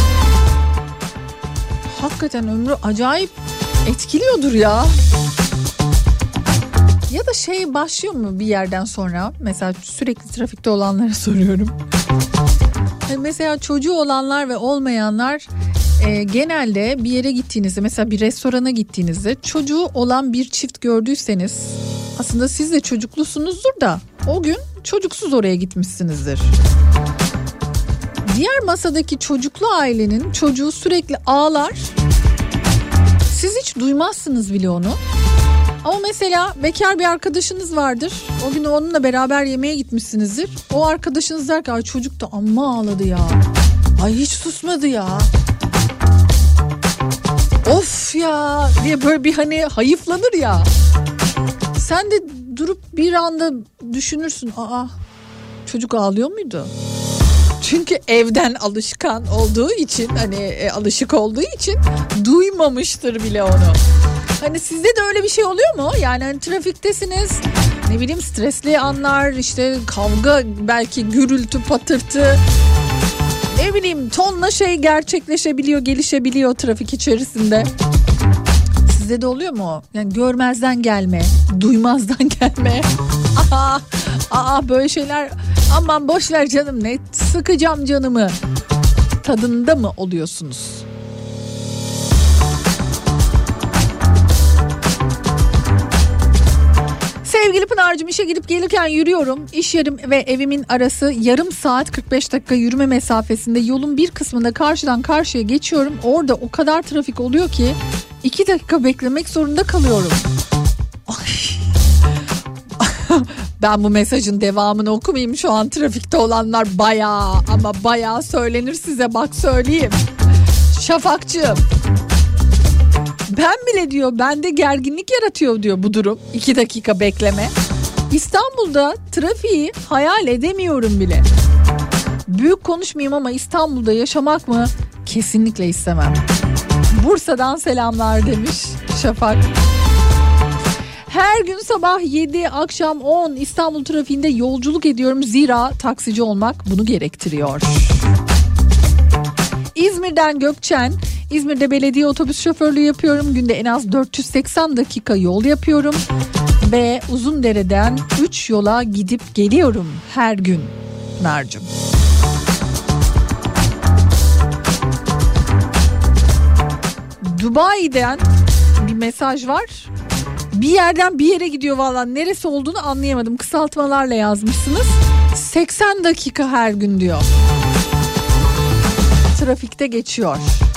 hakikaten ömrü acayip etkiliyordur ya. Ya da şey başlıyor mu bir yerden sonra? Mesela sürekli trafikte olanlara soruyorum. Mesela çocuğu olanlar ve olmayanlar genelde bir yere gittiğinizde, mesela bir restorana gittiğinizde çocuğu olan bir çift gördüyseniz Aslında siz de çocuklusunuzdur da o gün çocuksuz oraya gitmişsinizdir. Diğer masadaki çocuklu ailenin çocuğu sürekli ağlar. Siz hiç duymazsınız bile onu. Ama mesela bekar bir arkadaşınız vardır. O gün onunla beraber yemeğe gitmişsinizdir. O arkadaşınız der ki ay çocuk da amma ağladı ya. Ay hiç susmadı ya. Of ya diye böyle bir hani hayıflanır ya. Sen de durup bir anda düşünürsün. Aa çocuk ağlıyor muydu? Çünkü evden alışkan olduğu için hani alışık olduğu için duymamıştır bile onu. Hani sizde de öyle bir şey oluyor mu? Yani hani trafiktesiniz, ne bileyim stresli anlar, işte kavga, belki gürültü, patırtı, ne bileyim tonla şey gerçekleşebiliyor, gelişebiliyor trafik içerisinde. Sizde de oluyor mu? Yani görmezden gelme, duymazdan gelme. Böyle şeyler, aman boş ver canım, ne sıkacağım canımı tadında mı oluyorsunuz? Sevgili Pınar'cığım, işe gidip gelirken yürüyorum. İş yerim ve evimin arası yarım saat 45 dakika yürüme mesafesinde. Yolun bir kısmında karşıdan karşıya geçiyorum. Orada o kadar trafik oluyor ki 2 dakika beklemek zorunda kalıyorum. Ben bu mesajın devamını okumayayım, şu an trafikte olanlar bayağı söylenir size, bak söyleyeyim. Şafakcığım, ben bile diyor bende gerginlik yaratıyor diyor bu durum, 2 dakika bekleme. İstanbul'da trafiği hayal edemiyorum bile. Büyük konuşmayayım ama İstanbul'da yaşamak mı? Kesinlikle istemem. Bursa'dan selamlar demiş Şafak. Her gün sabah 7, akşam 10 İstanbul trafiğinde yolculuk ediyorum. Zira taksici olmak bunu gerektiriyor. İzmir'den Gökçen. İzmir'de belediye otobüs şoförlüğü yapıyorum. Günde en az 480 dakika yol yapıyorum. Ve Uzundere'den 3 yola gidip geliyorum her gün. Narcım. Dubai'den bir mesaj var. Bir yerden bir yere gidiyor vallahi, neresi olduğunu anlayamadım. Kısaltmalarla yazmışsınız. 80 dakika her gün diyor. Trafikte geçiyor.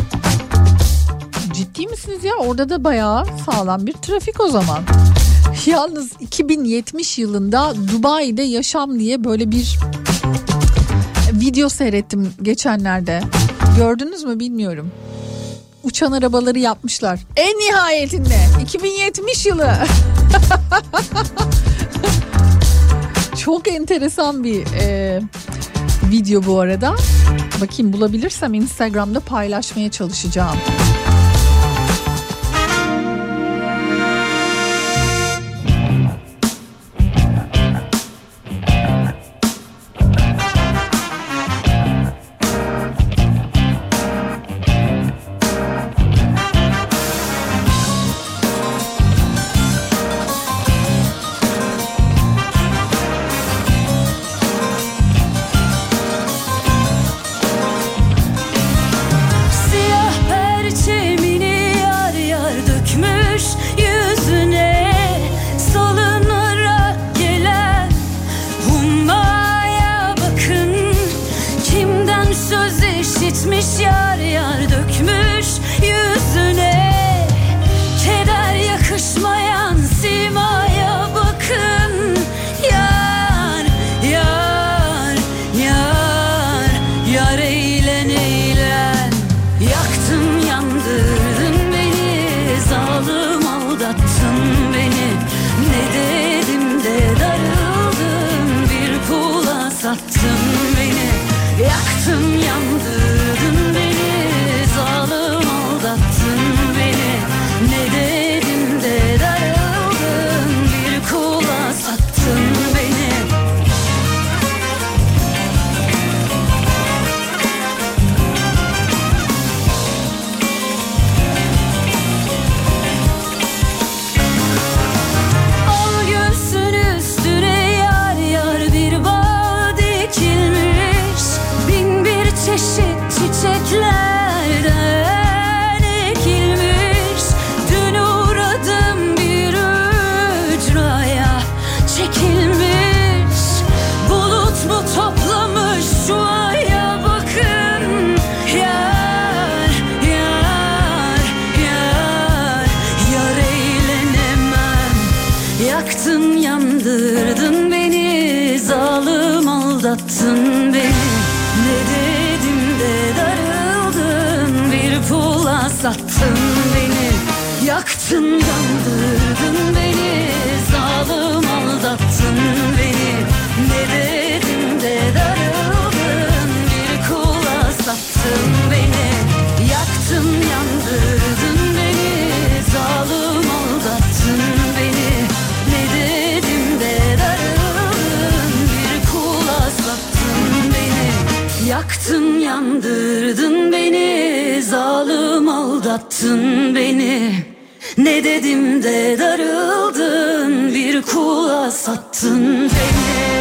Ciddi misiniz ya? Orada da bayağı sağlam bir trafik o zaman. Yalnız 2070 yılında Dubai'de yaşam diye böyle bir video seyrettim geçenlerde. Gördünüz mü bilmiyorum. Uçan arabaları yapmışlar. En nihayetinde 2070 yılı. Çok enteresan bir video bu arada. Bakayım, bulabilirsem Instagram'da paylaşmaya çalışacağım. Yaktın yandırdın beni, zalim aldattın beni. Ne dedim de darıldın, bir pula sattın beni. Yaktın yandırdın beni, zalim aldattın beni. Ne dedim de darıldın, bir kula sattın beni. Yaktın yandırdın beni, zalim aldattın beni. Ne dedim de darıldın, bir kula sattın beni. Yaktın yandırdın beni, zalim aldattın beni. Ne dedim de darıldın, bir kula sattın beni.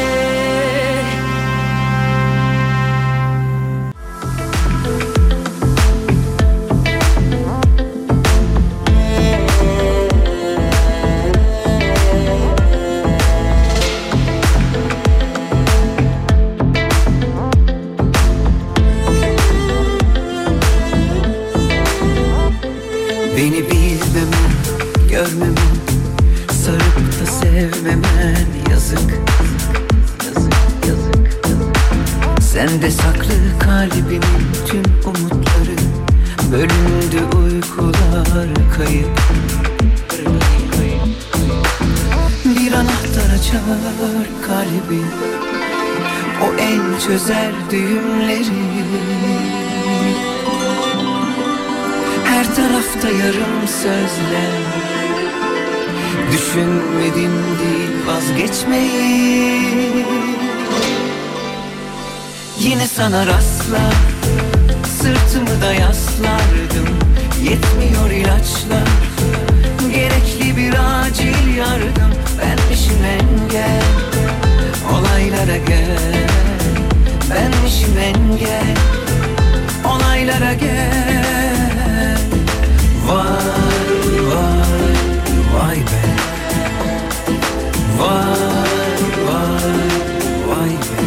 Beni bilmemen, görmemen, sarıp da sevmemen yazık, yazık, yazık, yazık. Sende saklı kalbimin tüm umutları, bölündü uykular kayıp. Bir anahtar açar kalbi, o en çözer düğümleri. Her tarafta yarım sözler, düşünmedim değil vazgeçmeyi. Yine sana rastlar, sırtımı da yaslardım. Yetmiyor ilaçlar, gerekli bir acil yardım. Benmişim engel, olaylara gel. Benmişim engel, olaylara gel. Vay vay vay be, vay vay vay be.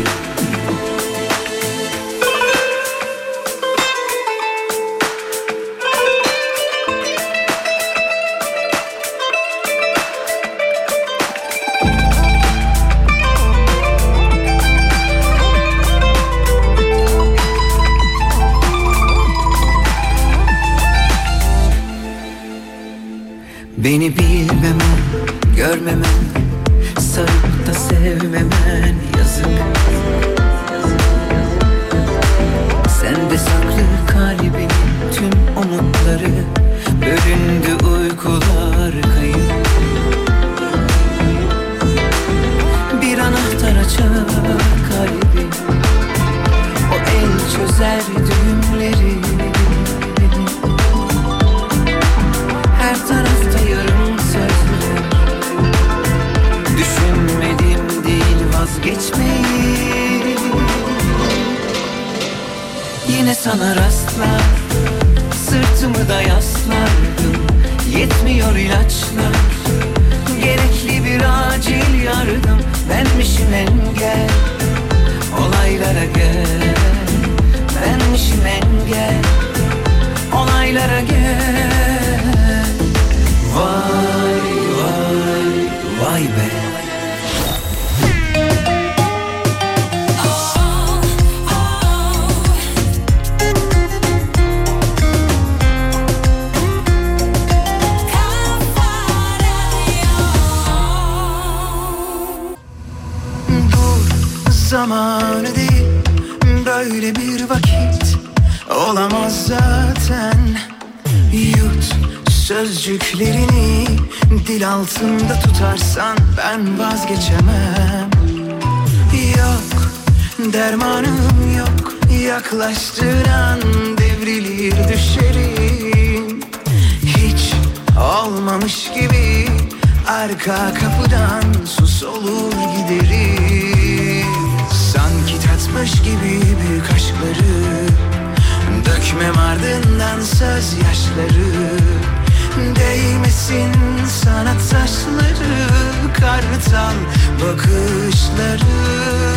Beni bilmemen, görmemen, sarıp da sevmemen yazık, yazık. Sende saklı kalbinin tüm umutları, bölündü uykular kayıp. Bir anahtar açar kalbi, o el çözer düğümleri. Her tarafta yarım sözler, düşünmedim değil vazgeçmeyi. Yine sana rastlar, sırtımı da yaslardım. Yetmiyor ilaçlar, gerekli bir acil yardım. Benmişim engel, olaylara gel. Benmişim engel, olaylara gel. Vay vay vay be. Dur, zamanı değil, böyle bir vakit olamaz zaten. Yut sözcüklerini, dil altında tutarsan ben vazgeçemem. Yok, dermanım yok, yaklaştığın an devrilir düşerim. Hiç olmamış gibi arka kapıdan sus olur giderim. Sanki tatmış gibi büyük aşkları, dökmem ardından söz yaşları. Değmesin sana taşları, kartal bakışları.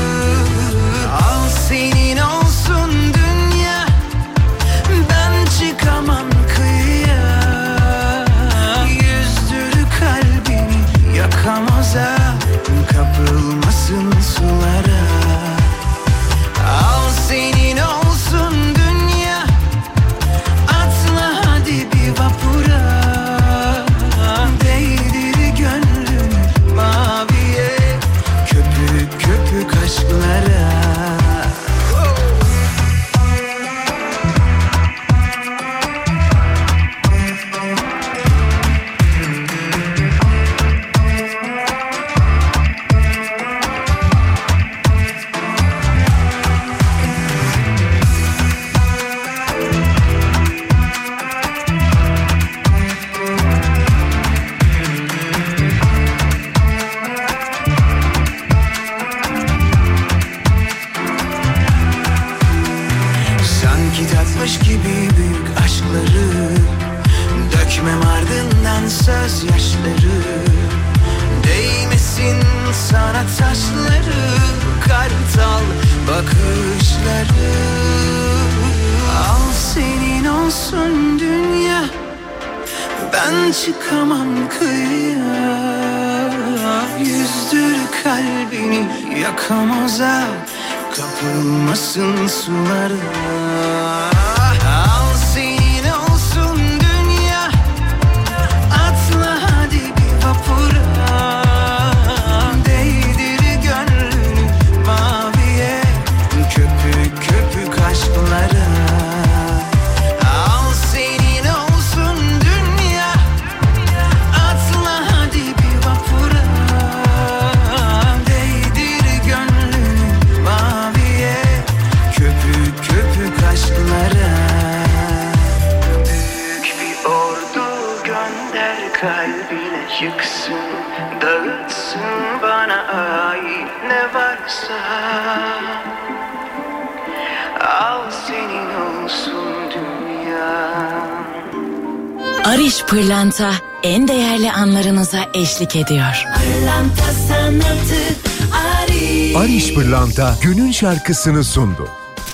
Al senin olsun dünya, ben çıkamam kıyıya. Yüzdür kalbimi, yakamaz kaşları, değmesin sana taşları, kartal bakışları. Al senin olsun dünya, ben çıkamam kıyıya. Yüzdür kalbini yakamoza, kapılmasın sulara. Al senin olsun dünya, atla hadi bir vapura. Değdir gönlünü maviye, köpük köpük aşklara. Al senin olsun dünya, atla hadi bir vapura. Değdir gönlünü maviye, köpük köpük aşklara. Büyük bir ordu gönder kalbine, yıksın dağıtsın bana ait ne varsa. Al senin olsun dünya. Ariş Pırlanta en değerli anlarınıza eşlik ediyor. Pırlanta sanatı Ariş. Ariş Pırlanta günün şarkısını sundu.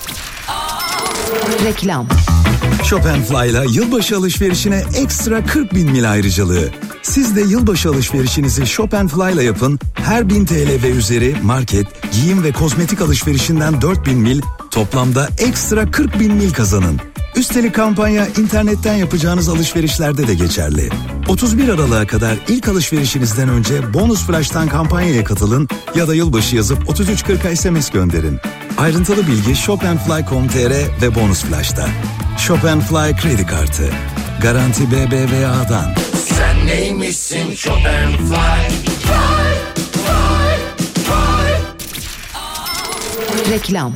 Reklam. Shop&Fly'la yılbaşı alışverişine ekstra 40.000 mil ayrıcalığı. Siz de yılbaşı alışverişinizi Shop&Fly'la yapın. Her 1000 TL ve üzeri market, giyim ve kozmetik alışverişinden 4.000 mil, toplamda ekstra 40.000 mil kazanın. Üstelik kampanya internetten yapacağınız alışverişlerde de geçerli. 31 Aralık'a kadar ilk alışverişinizden önce Bonus Flash'tan kampanyaya katılın ya da yılbaşı yazıp 3340'a SMS gönderin. Ayrıntılı bilgi shopandfly.com.tr ve Bonus Flash'ta. Shop&Fly kredi kartı. Garanti BBVA'dan. Sen neymişsin Shop&Fly? Reklam.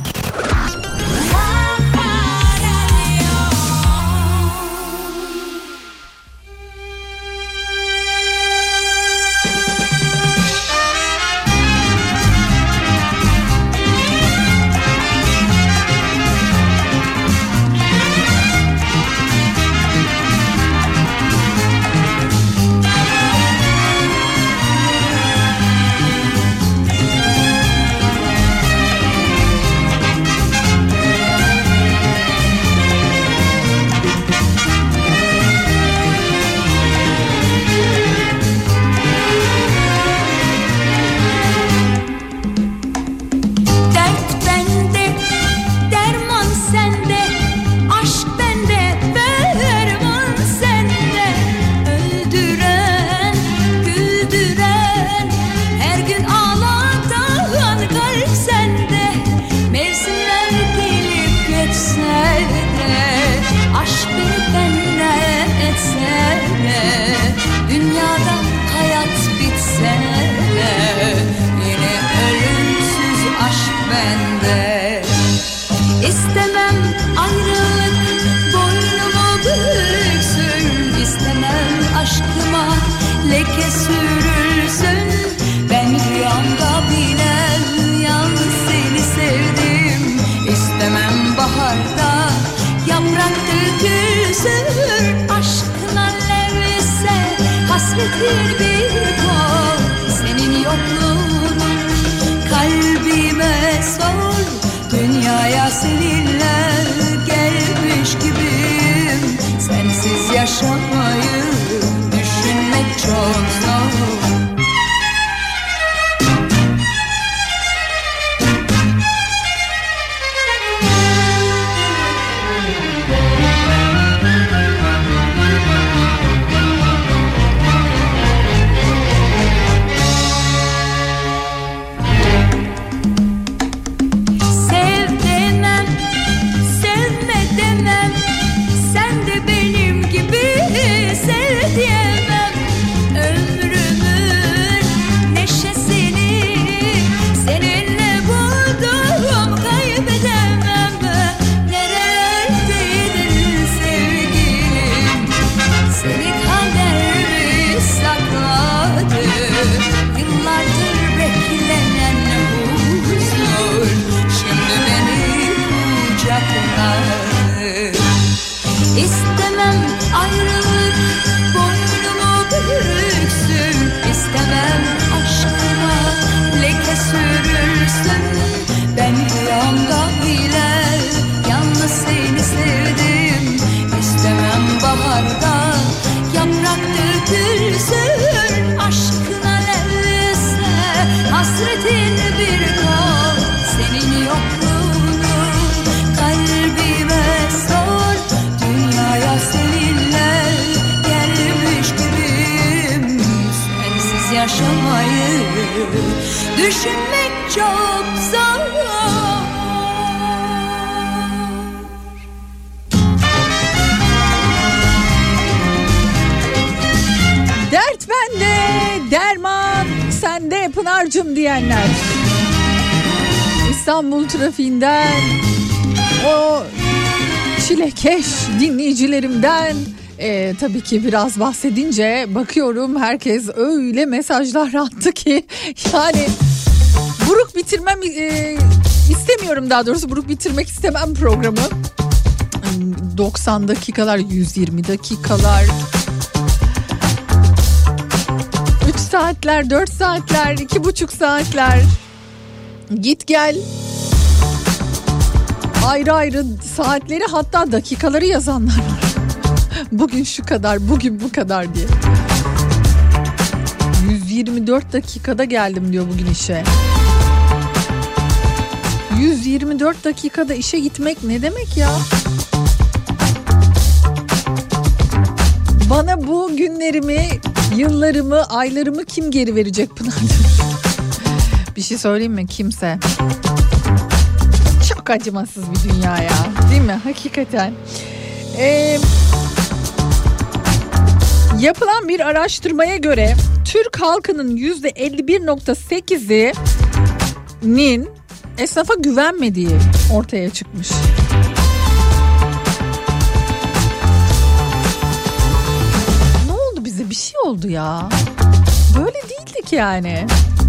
İstemem ayrılık, boynumu büksün. sensiz yaşamayı düşünmek çok zor. Dert bende, derman sende Pınar'cığım diyenler. İstanbul trafiğinden, o çilekeş dinleyicilerimden tabii ki biraz bahsedince bakıyorum herkes öyle mesajlar attı ki yani buruk bitirmem istemiyorum, daha doğrusu buruk bitirmek istemem programı. 90 dakikalar, 120 dakikalar, 3 saatler, 4 saatler, 2,5 saatler, git gel, ayrı ayrı saatleri, hatta dakikaları yazanlar var. Bugün şu kadar, bugün bu kadar diye. 124 dakikada geldim diyor bugün işe. 124 dakikada işe gitmek ne demek ya? Bana bu günlerimi, yıllarımı, aylarımı kim geri verecek Pınar? Bir şey söyleyeyim mi? Kimse. Çok acımasız bir dünya ya. Değil mi? Hakikaten. Yapılan bir araştırmaya göre Türk halkının %51.8'inin esnafa güvenmediği ortaya çıkmış. Ne oldu bize? Bir şey oldu ya. Böyle değildik yani.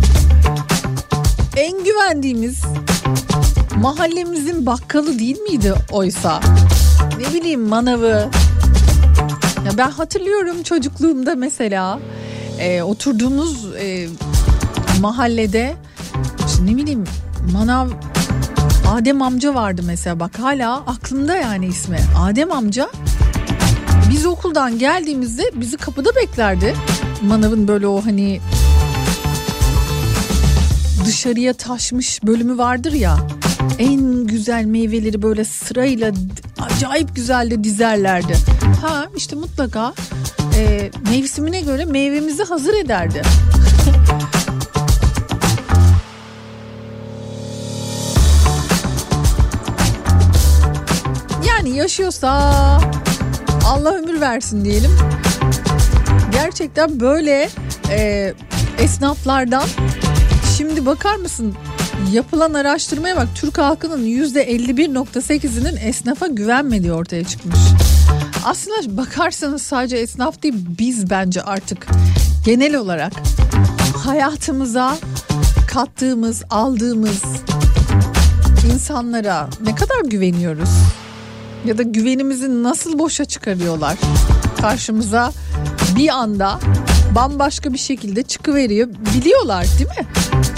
En güvendiğimiz mahallemizin bakkalı değil miydi oysa? Ne bileyim, manavı. Ya ben hatırlıyorum çocukluğumda mesela oturduğumuz mahallede işte ne bileyim manav Adem amca vardı mesela, bak hala aklımda yani ismi. Adem amca biz okuldan geldiğimizde bizi kapıda beklerdi. Manavın böyle o hani dışarıya taşmış bölümü vardır ya. En güzel meyveleri böyle sırayla acayip güzel de dizerlerdi. Ha işte mutlaka mevsimine göre meyvemizi hazır ederdi. Yani yaşıyorsa Allah ömür versin diyelim. Gerçekten böyle esnaflardan şimdi bakar mısın? Yapılan araştırmaya bak, Türk halkının %51.8'inin esnafa güvenmediği ortaya çıkmış. Aslında bakarsanız sadece esnaf değil, biz bence artık genel olarak hayatımıza kattığımız, aldığımız insanlara ne kadar güveniyoruz? Ya da güvenimizi nasıl boşa çıkarıyorlar? Karşımıza bir anda bambaşka bir şekilde çıkıveriyor, biliyorlar değil mi?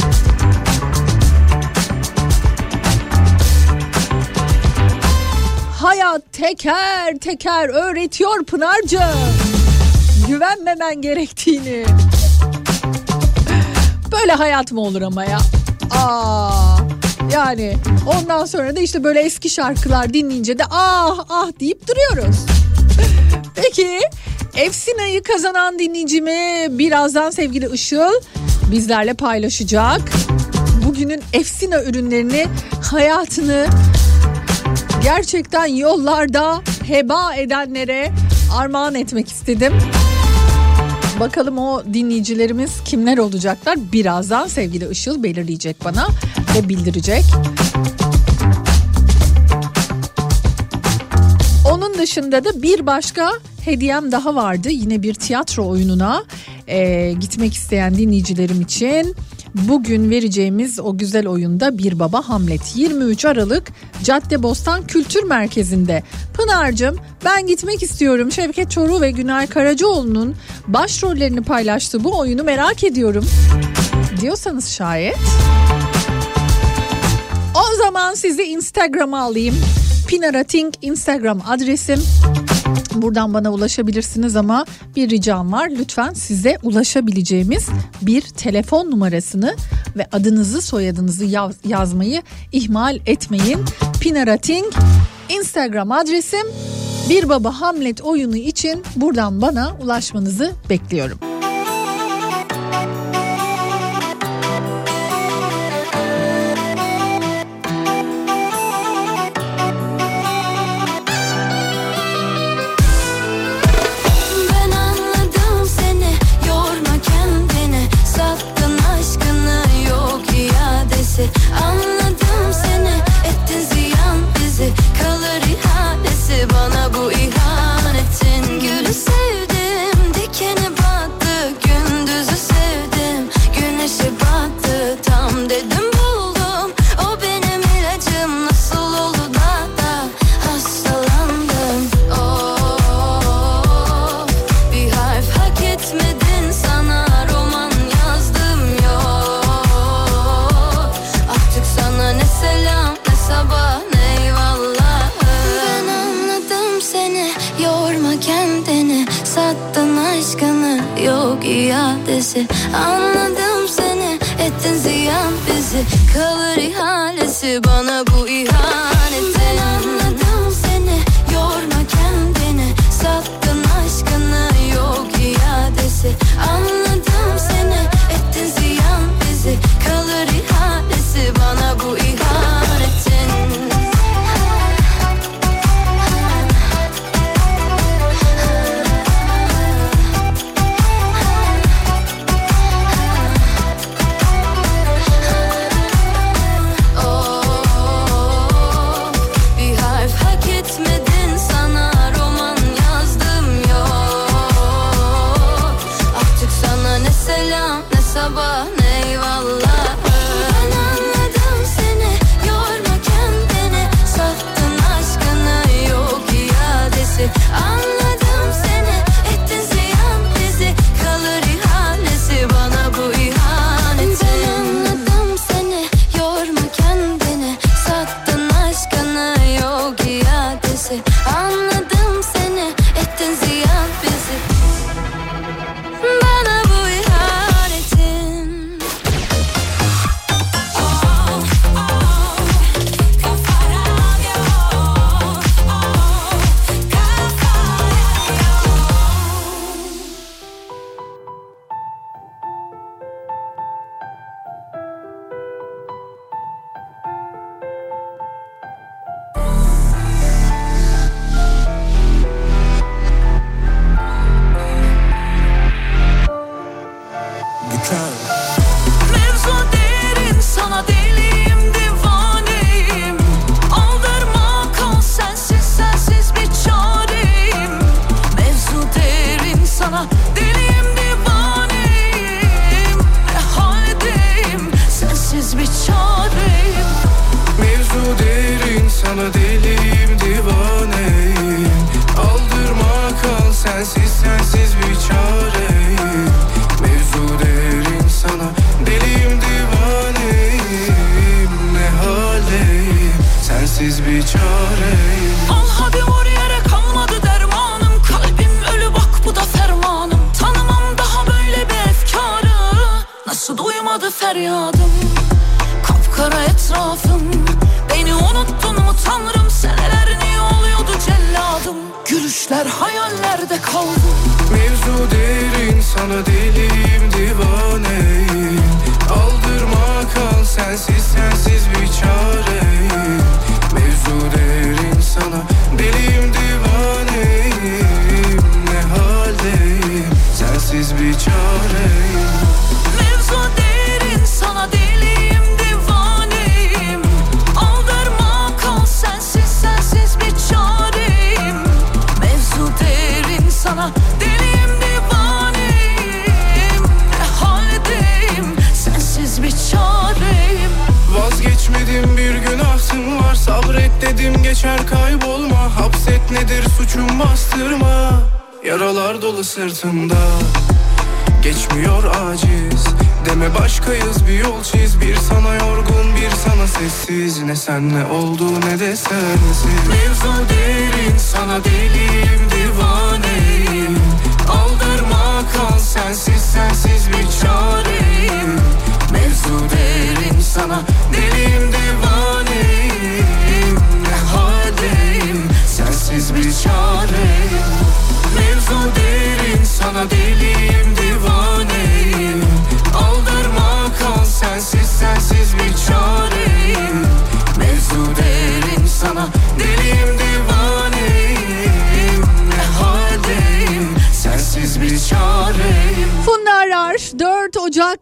Hayat teker teker öğretiyor Pınar'cığım. Güvenmemen gerektiğini. Böyle hayat mı olur ama ya? Yani ondan sonra da işte böyle eski şarkılar dinleyince de ah deyip duruyoruz. Peki Efsina'yı kazanan dinleyicimi birazdan sevgili Işıl bizlerle paylaşacak. Bugünün Efsina ürünlerini, hayatını gerçekten yollarda heba edenlere armağan etmek istedim. Bakalım o dinleyicilerimiz kimler olacaklar? Birazdan sevgili Işıl belirleyecek bana ve bildirecek. Onun dışında da bir başka hediyem daha vardı. Yine bir tiyatro oyununa gitmek isteyen dinleyicilerim için. Bugün vereceğimiz o güzel oyunda Bir Baba Hamlet 23 Aralık Caddebostan Kültür Merkezi'nde. Pınar'cığım ben gitmek istiyorum. Şevket Çoruh ve Günay Karacaoğlu'nun başrollerini paylaştığı bu oyunu merak ediyorum diyorsanız şayet, o zaman sizi Instagram'a alayım. Pinarating Instagram adresim. Buradan bana ulaşabilirsiniz ama bir ricam var. Lütfen size ulaşabileceğimiz bir telefon numarasını ve adınızı, soyadınızı yazmayı ihmal etmeyin. Pinarating Instagram adresim. Bir Baba Hamlet oyunu için buradan bana ulaşmanızı bekliyorum. Anladım seni, ettin ziyan bizi. Kalır ihalesi bana bu ihanetin. Ben anladım seni, yorma kendini. Sattın aşkını, yok iadesi. Anladım seni, ettin ziyan bizi. Kalır ihalesi bana bu ihanetin. Sabah ne eyvallah. Ben anladım seni, yorma kendini. Sattın aşkını, yok iadesi. Anladım seni, ettin ziyan bizi. Kalır ihalesi bana bu ihanetin. Ben anladım seni, yorma kendini. Sattın aşkını, yok iadesi. Anladım seni, ettin ziyan bizi. Bana bu feryadım, kapkara etrafım. Beni unuttun mu tanrım, seneler niye oluyordu celladım. Gülüşler hayallerde kaldı. Mevzu derin, sana deliyim, divaneyim. Aldırma kal, sensiz sensiz bir çareyim. Mevzu derin, sana deliyim, divaneyim. Ne haldeyim, sensiz bir çareyim. Mevzu derin, sana deliyim, divaneyim. Aldırma kal, sensiz sensiz bir çareyim. Mevzu derin, sana deliyim, divaneyim. Ne haldeyim, sensiz bir çareyim. Vazgeçmedim, bir günahsın var, sabret dedim, geçer kaybolma. Hapset nedir suçum, bastırma. Yaralar dolu sırtımda, geçmiyor aciz. Deme başkayız, bir yol çiz. Bir sana yorgun, bir sana sessiz. Ne senle oldu ne de sensiz. Mevzu derin, sana deliyim, divaneyim. Aldırma kal, sensiz sensiz bir çareyim. Mevzu derin, sana deliyim, divaneyim. Ne haldeyim, sensiz bir çareyim. Mevzu derin, sana deliyim, divaneyim. Aldırma kal, sensiz sensiz bir çareyim. Mevzu derin, sana deliyim, divaneyim. Ne haldeyim, sensiz bir çareyim. Funda Arar 4 Ocak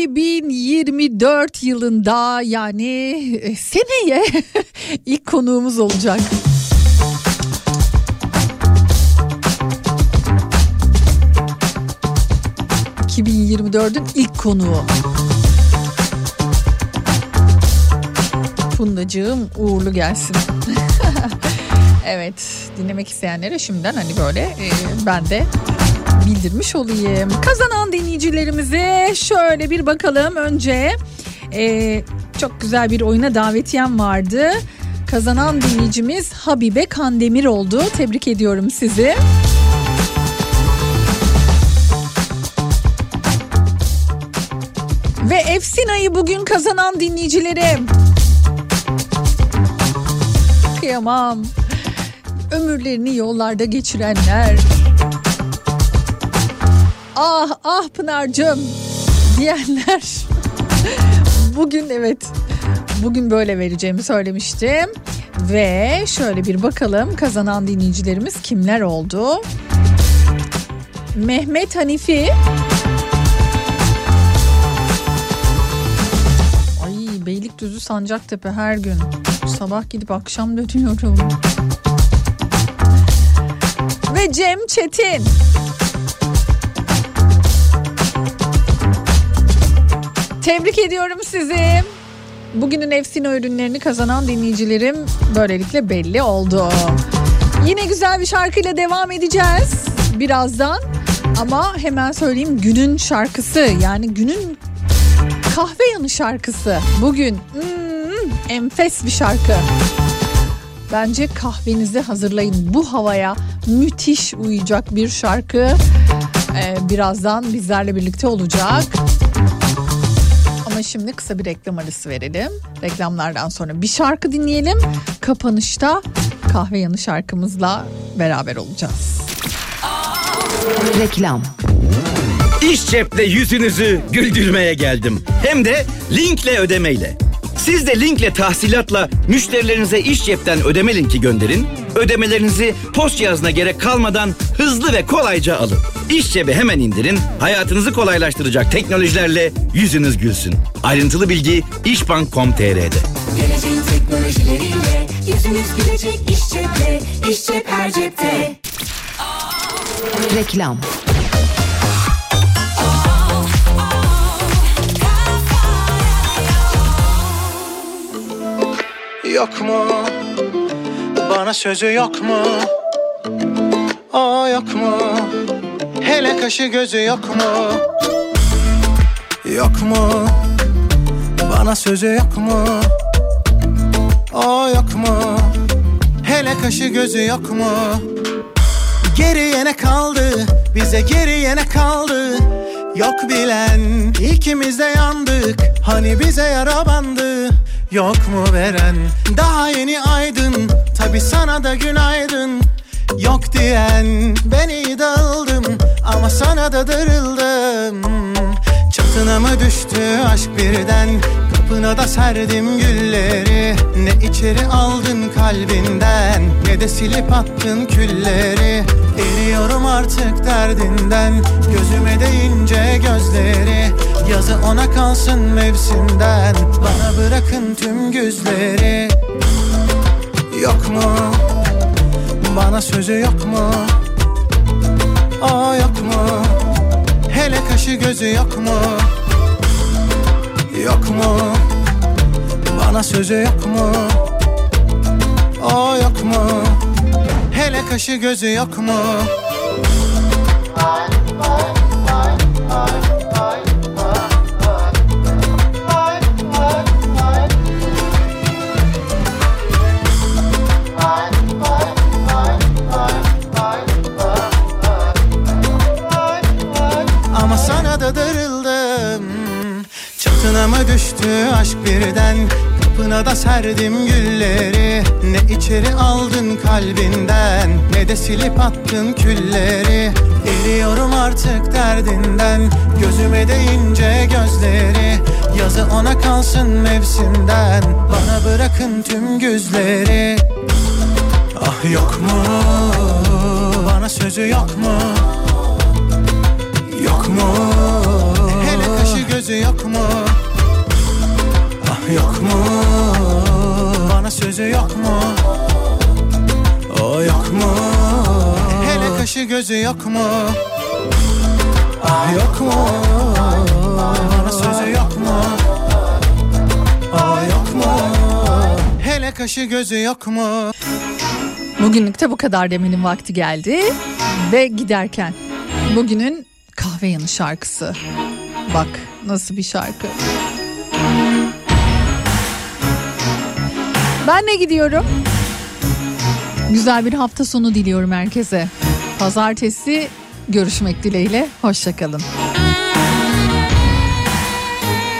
2024 yılında, yani seneye ilk konuğumuz olacak. ...2024'ün ilk konuğu. Fundacığım uğurlu gelsin. Evet, dinlemek isteyenlere şimdiden hani böyle ben de bildirmiş olayım. Kazanan dinleyicilerimize şöyle bir bakalım. Önce çok güzel bir oyuna davetiyem vardı. Kazanan dinleyicimiz Habibe Kandemir oldu. Tebrik ediyorum sizi. Ve Efsina'yı bugün kazanan dinleyicilerim. Kıyamam. Ömürlerini yollarda geçirenler. Ah ah Pınar'cığım diyenler. Bugün evet. Bugün böyle vereceğimi söylemiştim. Ve şöyle bir bakalım kazanan dinleyicilerimiz kimler oldu? Mehmet Hanifi. Ay Beylikdüzü Sancaktepe her gün. Sabah gidip akşam dönüyorum. Ve Cem Çetin. Tebrik ediyorum sizi. Bugünün Efsina ürünlerini kazanan dinleyicilerim böylelikle belli oldu. Yine güzel bir şarkıyla devam edeceğiz birazdan. Ama hemen söyleyeyim, günün şarkısı, yani günün kahve yanı şarkısı. Bugün enfes bir şarkı. Bence kahvenizi hazırlayın. Bu havaya müthiş uyacak bir şarkı. Birazdan bizlerle birlikte olacak. Ama şimdi kısa bir reklam arası verelim. Reklamlardan sonra bir şarkı dinleyelim. Kapanışta kahve yanı şarkımızla beraber olacağız. Reklam. İş cepte yüzünüzü güldürmeye geldim. Hem de Link'le ödemeyle. Siz de Link'le tahsilatla müşterilerinize iş cepten ödeme linki gönderin. Ödemelerinizi post cihazına gerek kalmadan hızlı ve kolayca alın. İş cebi hemen indirin. Hayatınızı kolaylaştıracak teknolojilerle yüzünüz gülsün. Ayrıntılı bilgi işbank.com.tr'de. Geleceğin teknolojileriyle yüzünüz gülecek iş cepte. İş cep her cepte. Reklam. Yok mu? Bana sözü yok mu? O yok mu? Hele kaşı gözü yok mu? Yok mu? Bana sözü yok mu? O yok mu? Hele kaşı gözü yok mu? Geriye ne kaldı? Bize geriye ne kaldı? Yok bilen, ikimiz de yandık. Hani bize yara bandı. Yok mu veren, daha yeni aydın. Tabi sana da günaydın. Yok diyen, ben iyi dağıldım. Ama sana da darıldım. Çatına mı düştü aşk birden? Kapına da serdim gülleri. Ne içeri aldın kalbinden, ne de silip attın külleri. Eriyorum artık derdinden, gözüme değince gözleri. Yazı ona kalsın mevsimden, bana bırakın tüm güzleri. Yok mu? Bana sözü yok mu? O yok mu? Hele kaşı gözü yok mu? Yok mu? Bana sözü yok mu? O yok mu? Hele kaşı gözü yok mu? Ama sana da darıldım. Çatına mı düştü aşk birden? Kapına da serdim gülleri. Ne içeri aldın kalbinden, ne de silip attın külleri. Eriyorum artık derdinden, gözüme değince gözleri. Yazı ona kalsın mevsimden, bana bırakın tüm güzleri. Ah yok mu? Bana sözü yok mu? Yok mu? Hele kaşı gözü yok mu? Ah yok mu? Bana sözü yok mu? O yok mu? Hele kaşı gözü yok mu? Ah yok mu? Bana sözü yok mu? O yok mu? Hele kaşı gözü yok mu? Bugünlük de bu kadar demenin vakti geldi. Ve giderken bugünün kahve yanı şarkısı. Bak nasıl bir şarkı. Ben de gidiyorum. Güzel bir hafta sonu diliyorum herkese. Pazartesi görüşmek dileğiyle. Hoşça kalın.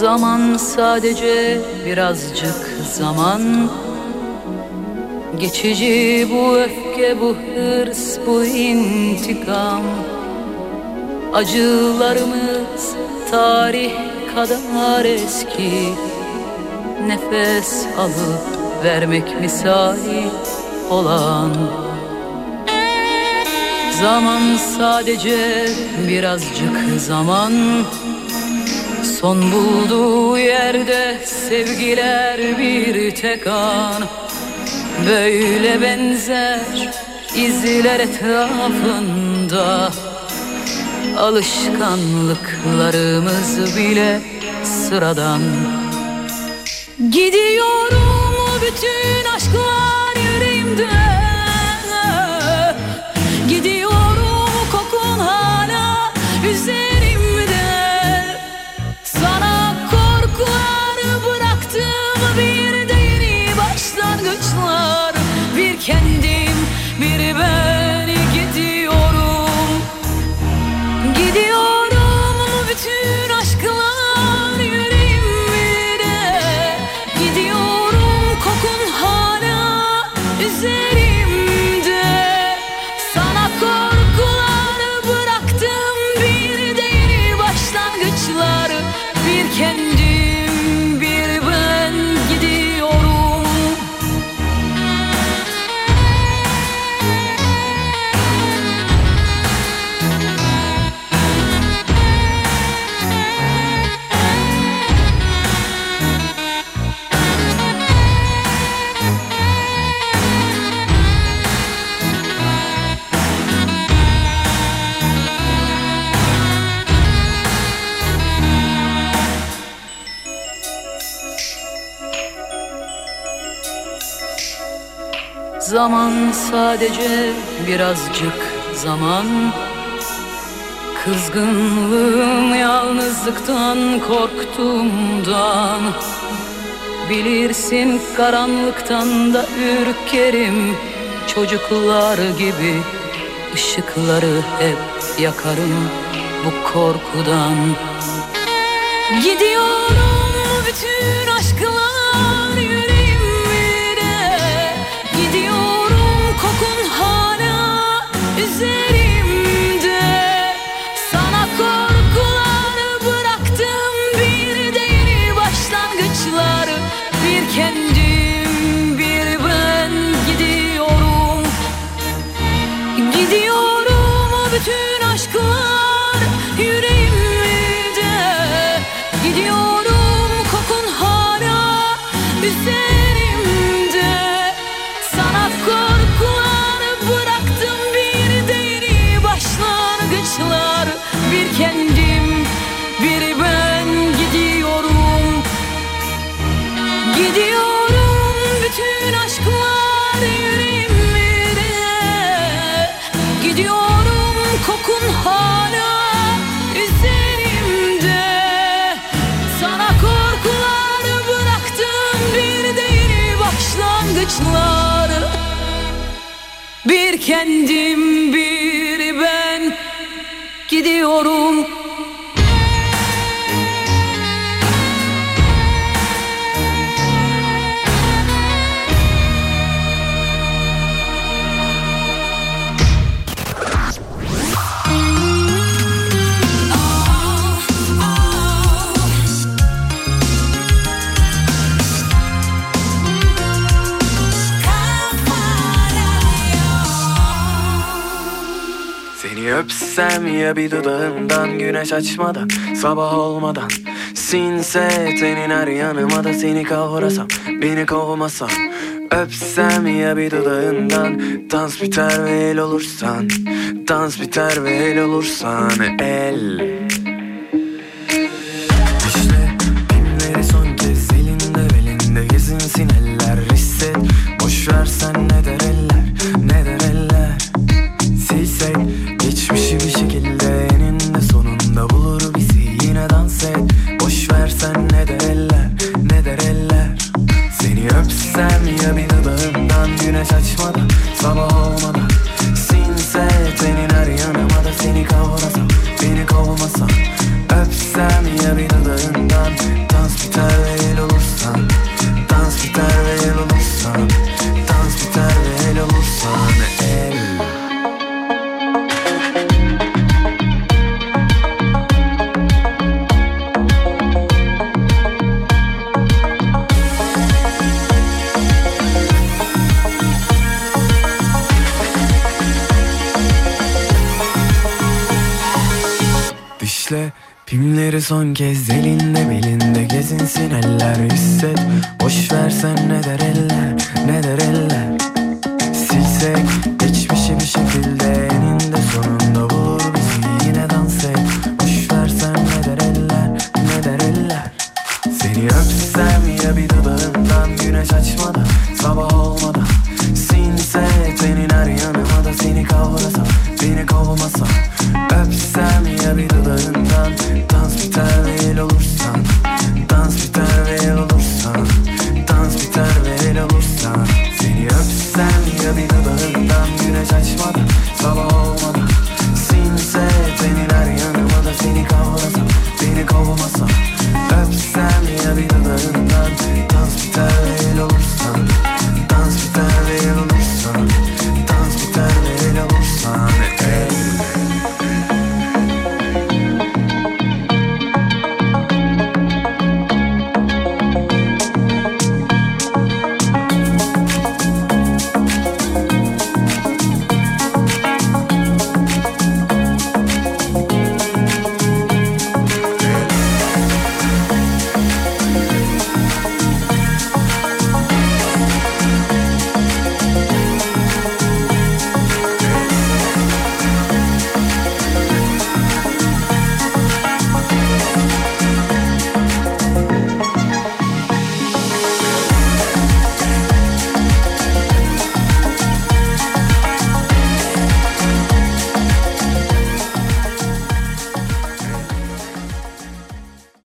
Zaman sadece birazcık zaman. Geçici bu öfke, bu hırs, bu intikam. Acılarımız tarih kadar eski. Nefes alıp vermek misali olan. Zaman sadece birazcık zaman. Son bulduğu yerde sevgiler bir tek an. Böyle benzer izler etrafında. Alışkanlıklarımız bile sıradan. Gidiyorum bütün aşklar yüreğimde. Gidiyorum kokun hala üzerimde. Sana korkular bıraktım, bir de yeni başlangıçlar. Bir kendim, bir ben gidiyorum. Gidiyorum bütün aşklar yüreğimde. Gidiyorum kokun hala üzerimde. Sana korkular bıraktım, bir de yeni başlangıçlar. Bir kendim, bir ben gidiyorum. Zaman sadece birazcık zaman. Kızgınlığım yalnızlıktan korktuğumdan. Bilirsin karanlıktan da ürkerim. Çocuklar gibi ışıkları hep yakarım bu korkudan. Gidiyorum bütün aşklar yüreğimde. Gidiyorum kokun hala üzerimde. Sana korkular bıraktım, bir de yeni başlangıçlar. Bir kendim, bir ben gidiyorum. Gidiyorum bütün aşklar yüreğimde. Gidiyorum kokun hala üzerimde. Sana korkular bıraktım, bir de yeni başlangıçlar. Bir kendim, bir ben gidiyorum. Gidiyorum bütün aşklar yüreğimde. Gidiyorum kokun hala üzerimde. Sana korkular bıraktım, bir de yeni başlangıçlar. Bir kendim, bir ben gidiyorum. Seni öpsem ya bir dudağından, güneş açmadan, sabah olmadan. Sinse tenin her yanıma da seni kavrasam, beni kovmasan. Öpsem ya bir dudağından, dans biter ve el olursan. Dans biter ve el olursan, el. İşte pimleri son kez elinde, belinde gezinsin eller. Hisset, boş versen ne der eller, ne der eller. Silsek geçmişi bir şekilde, eninde sonunda bulur bizi. Yine dans et, boş versen ne der eller, ne der eller. Seni öpsem ya bir dudağından, güneş açmadan, sabah olmadan. Sinse tenin her yanıma da seni kavrasam, beni kovmasam. Günleri son kez elinde belinde gezinsin eller. Hisset boş versen ne der eller, ne der eller. Silsek geçmişi bir şekilde eninde sonunda bulur bizi. Yine dans et boş versen ne der eller, ne der eller. Seni öpsem ya bir dudağından güneş açmadan sabah olmadan. Sinse senin her yanıma da seni kavrasam beni kovmasam. Öpsem ya bir dudağından dans biter ve el olursan. Dans biter ve el olursan. Dans biter ve el olursan. Seni öpsem ya bir dudağından güneş açmadan sabah olmadan. Sinse senin her yanıma da seni kavrasam beni kovmasam. Öpsem ya bir dudağından dans biter ve el olursan.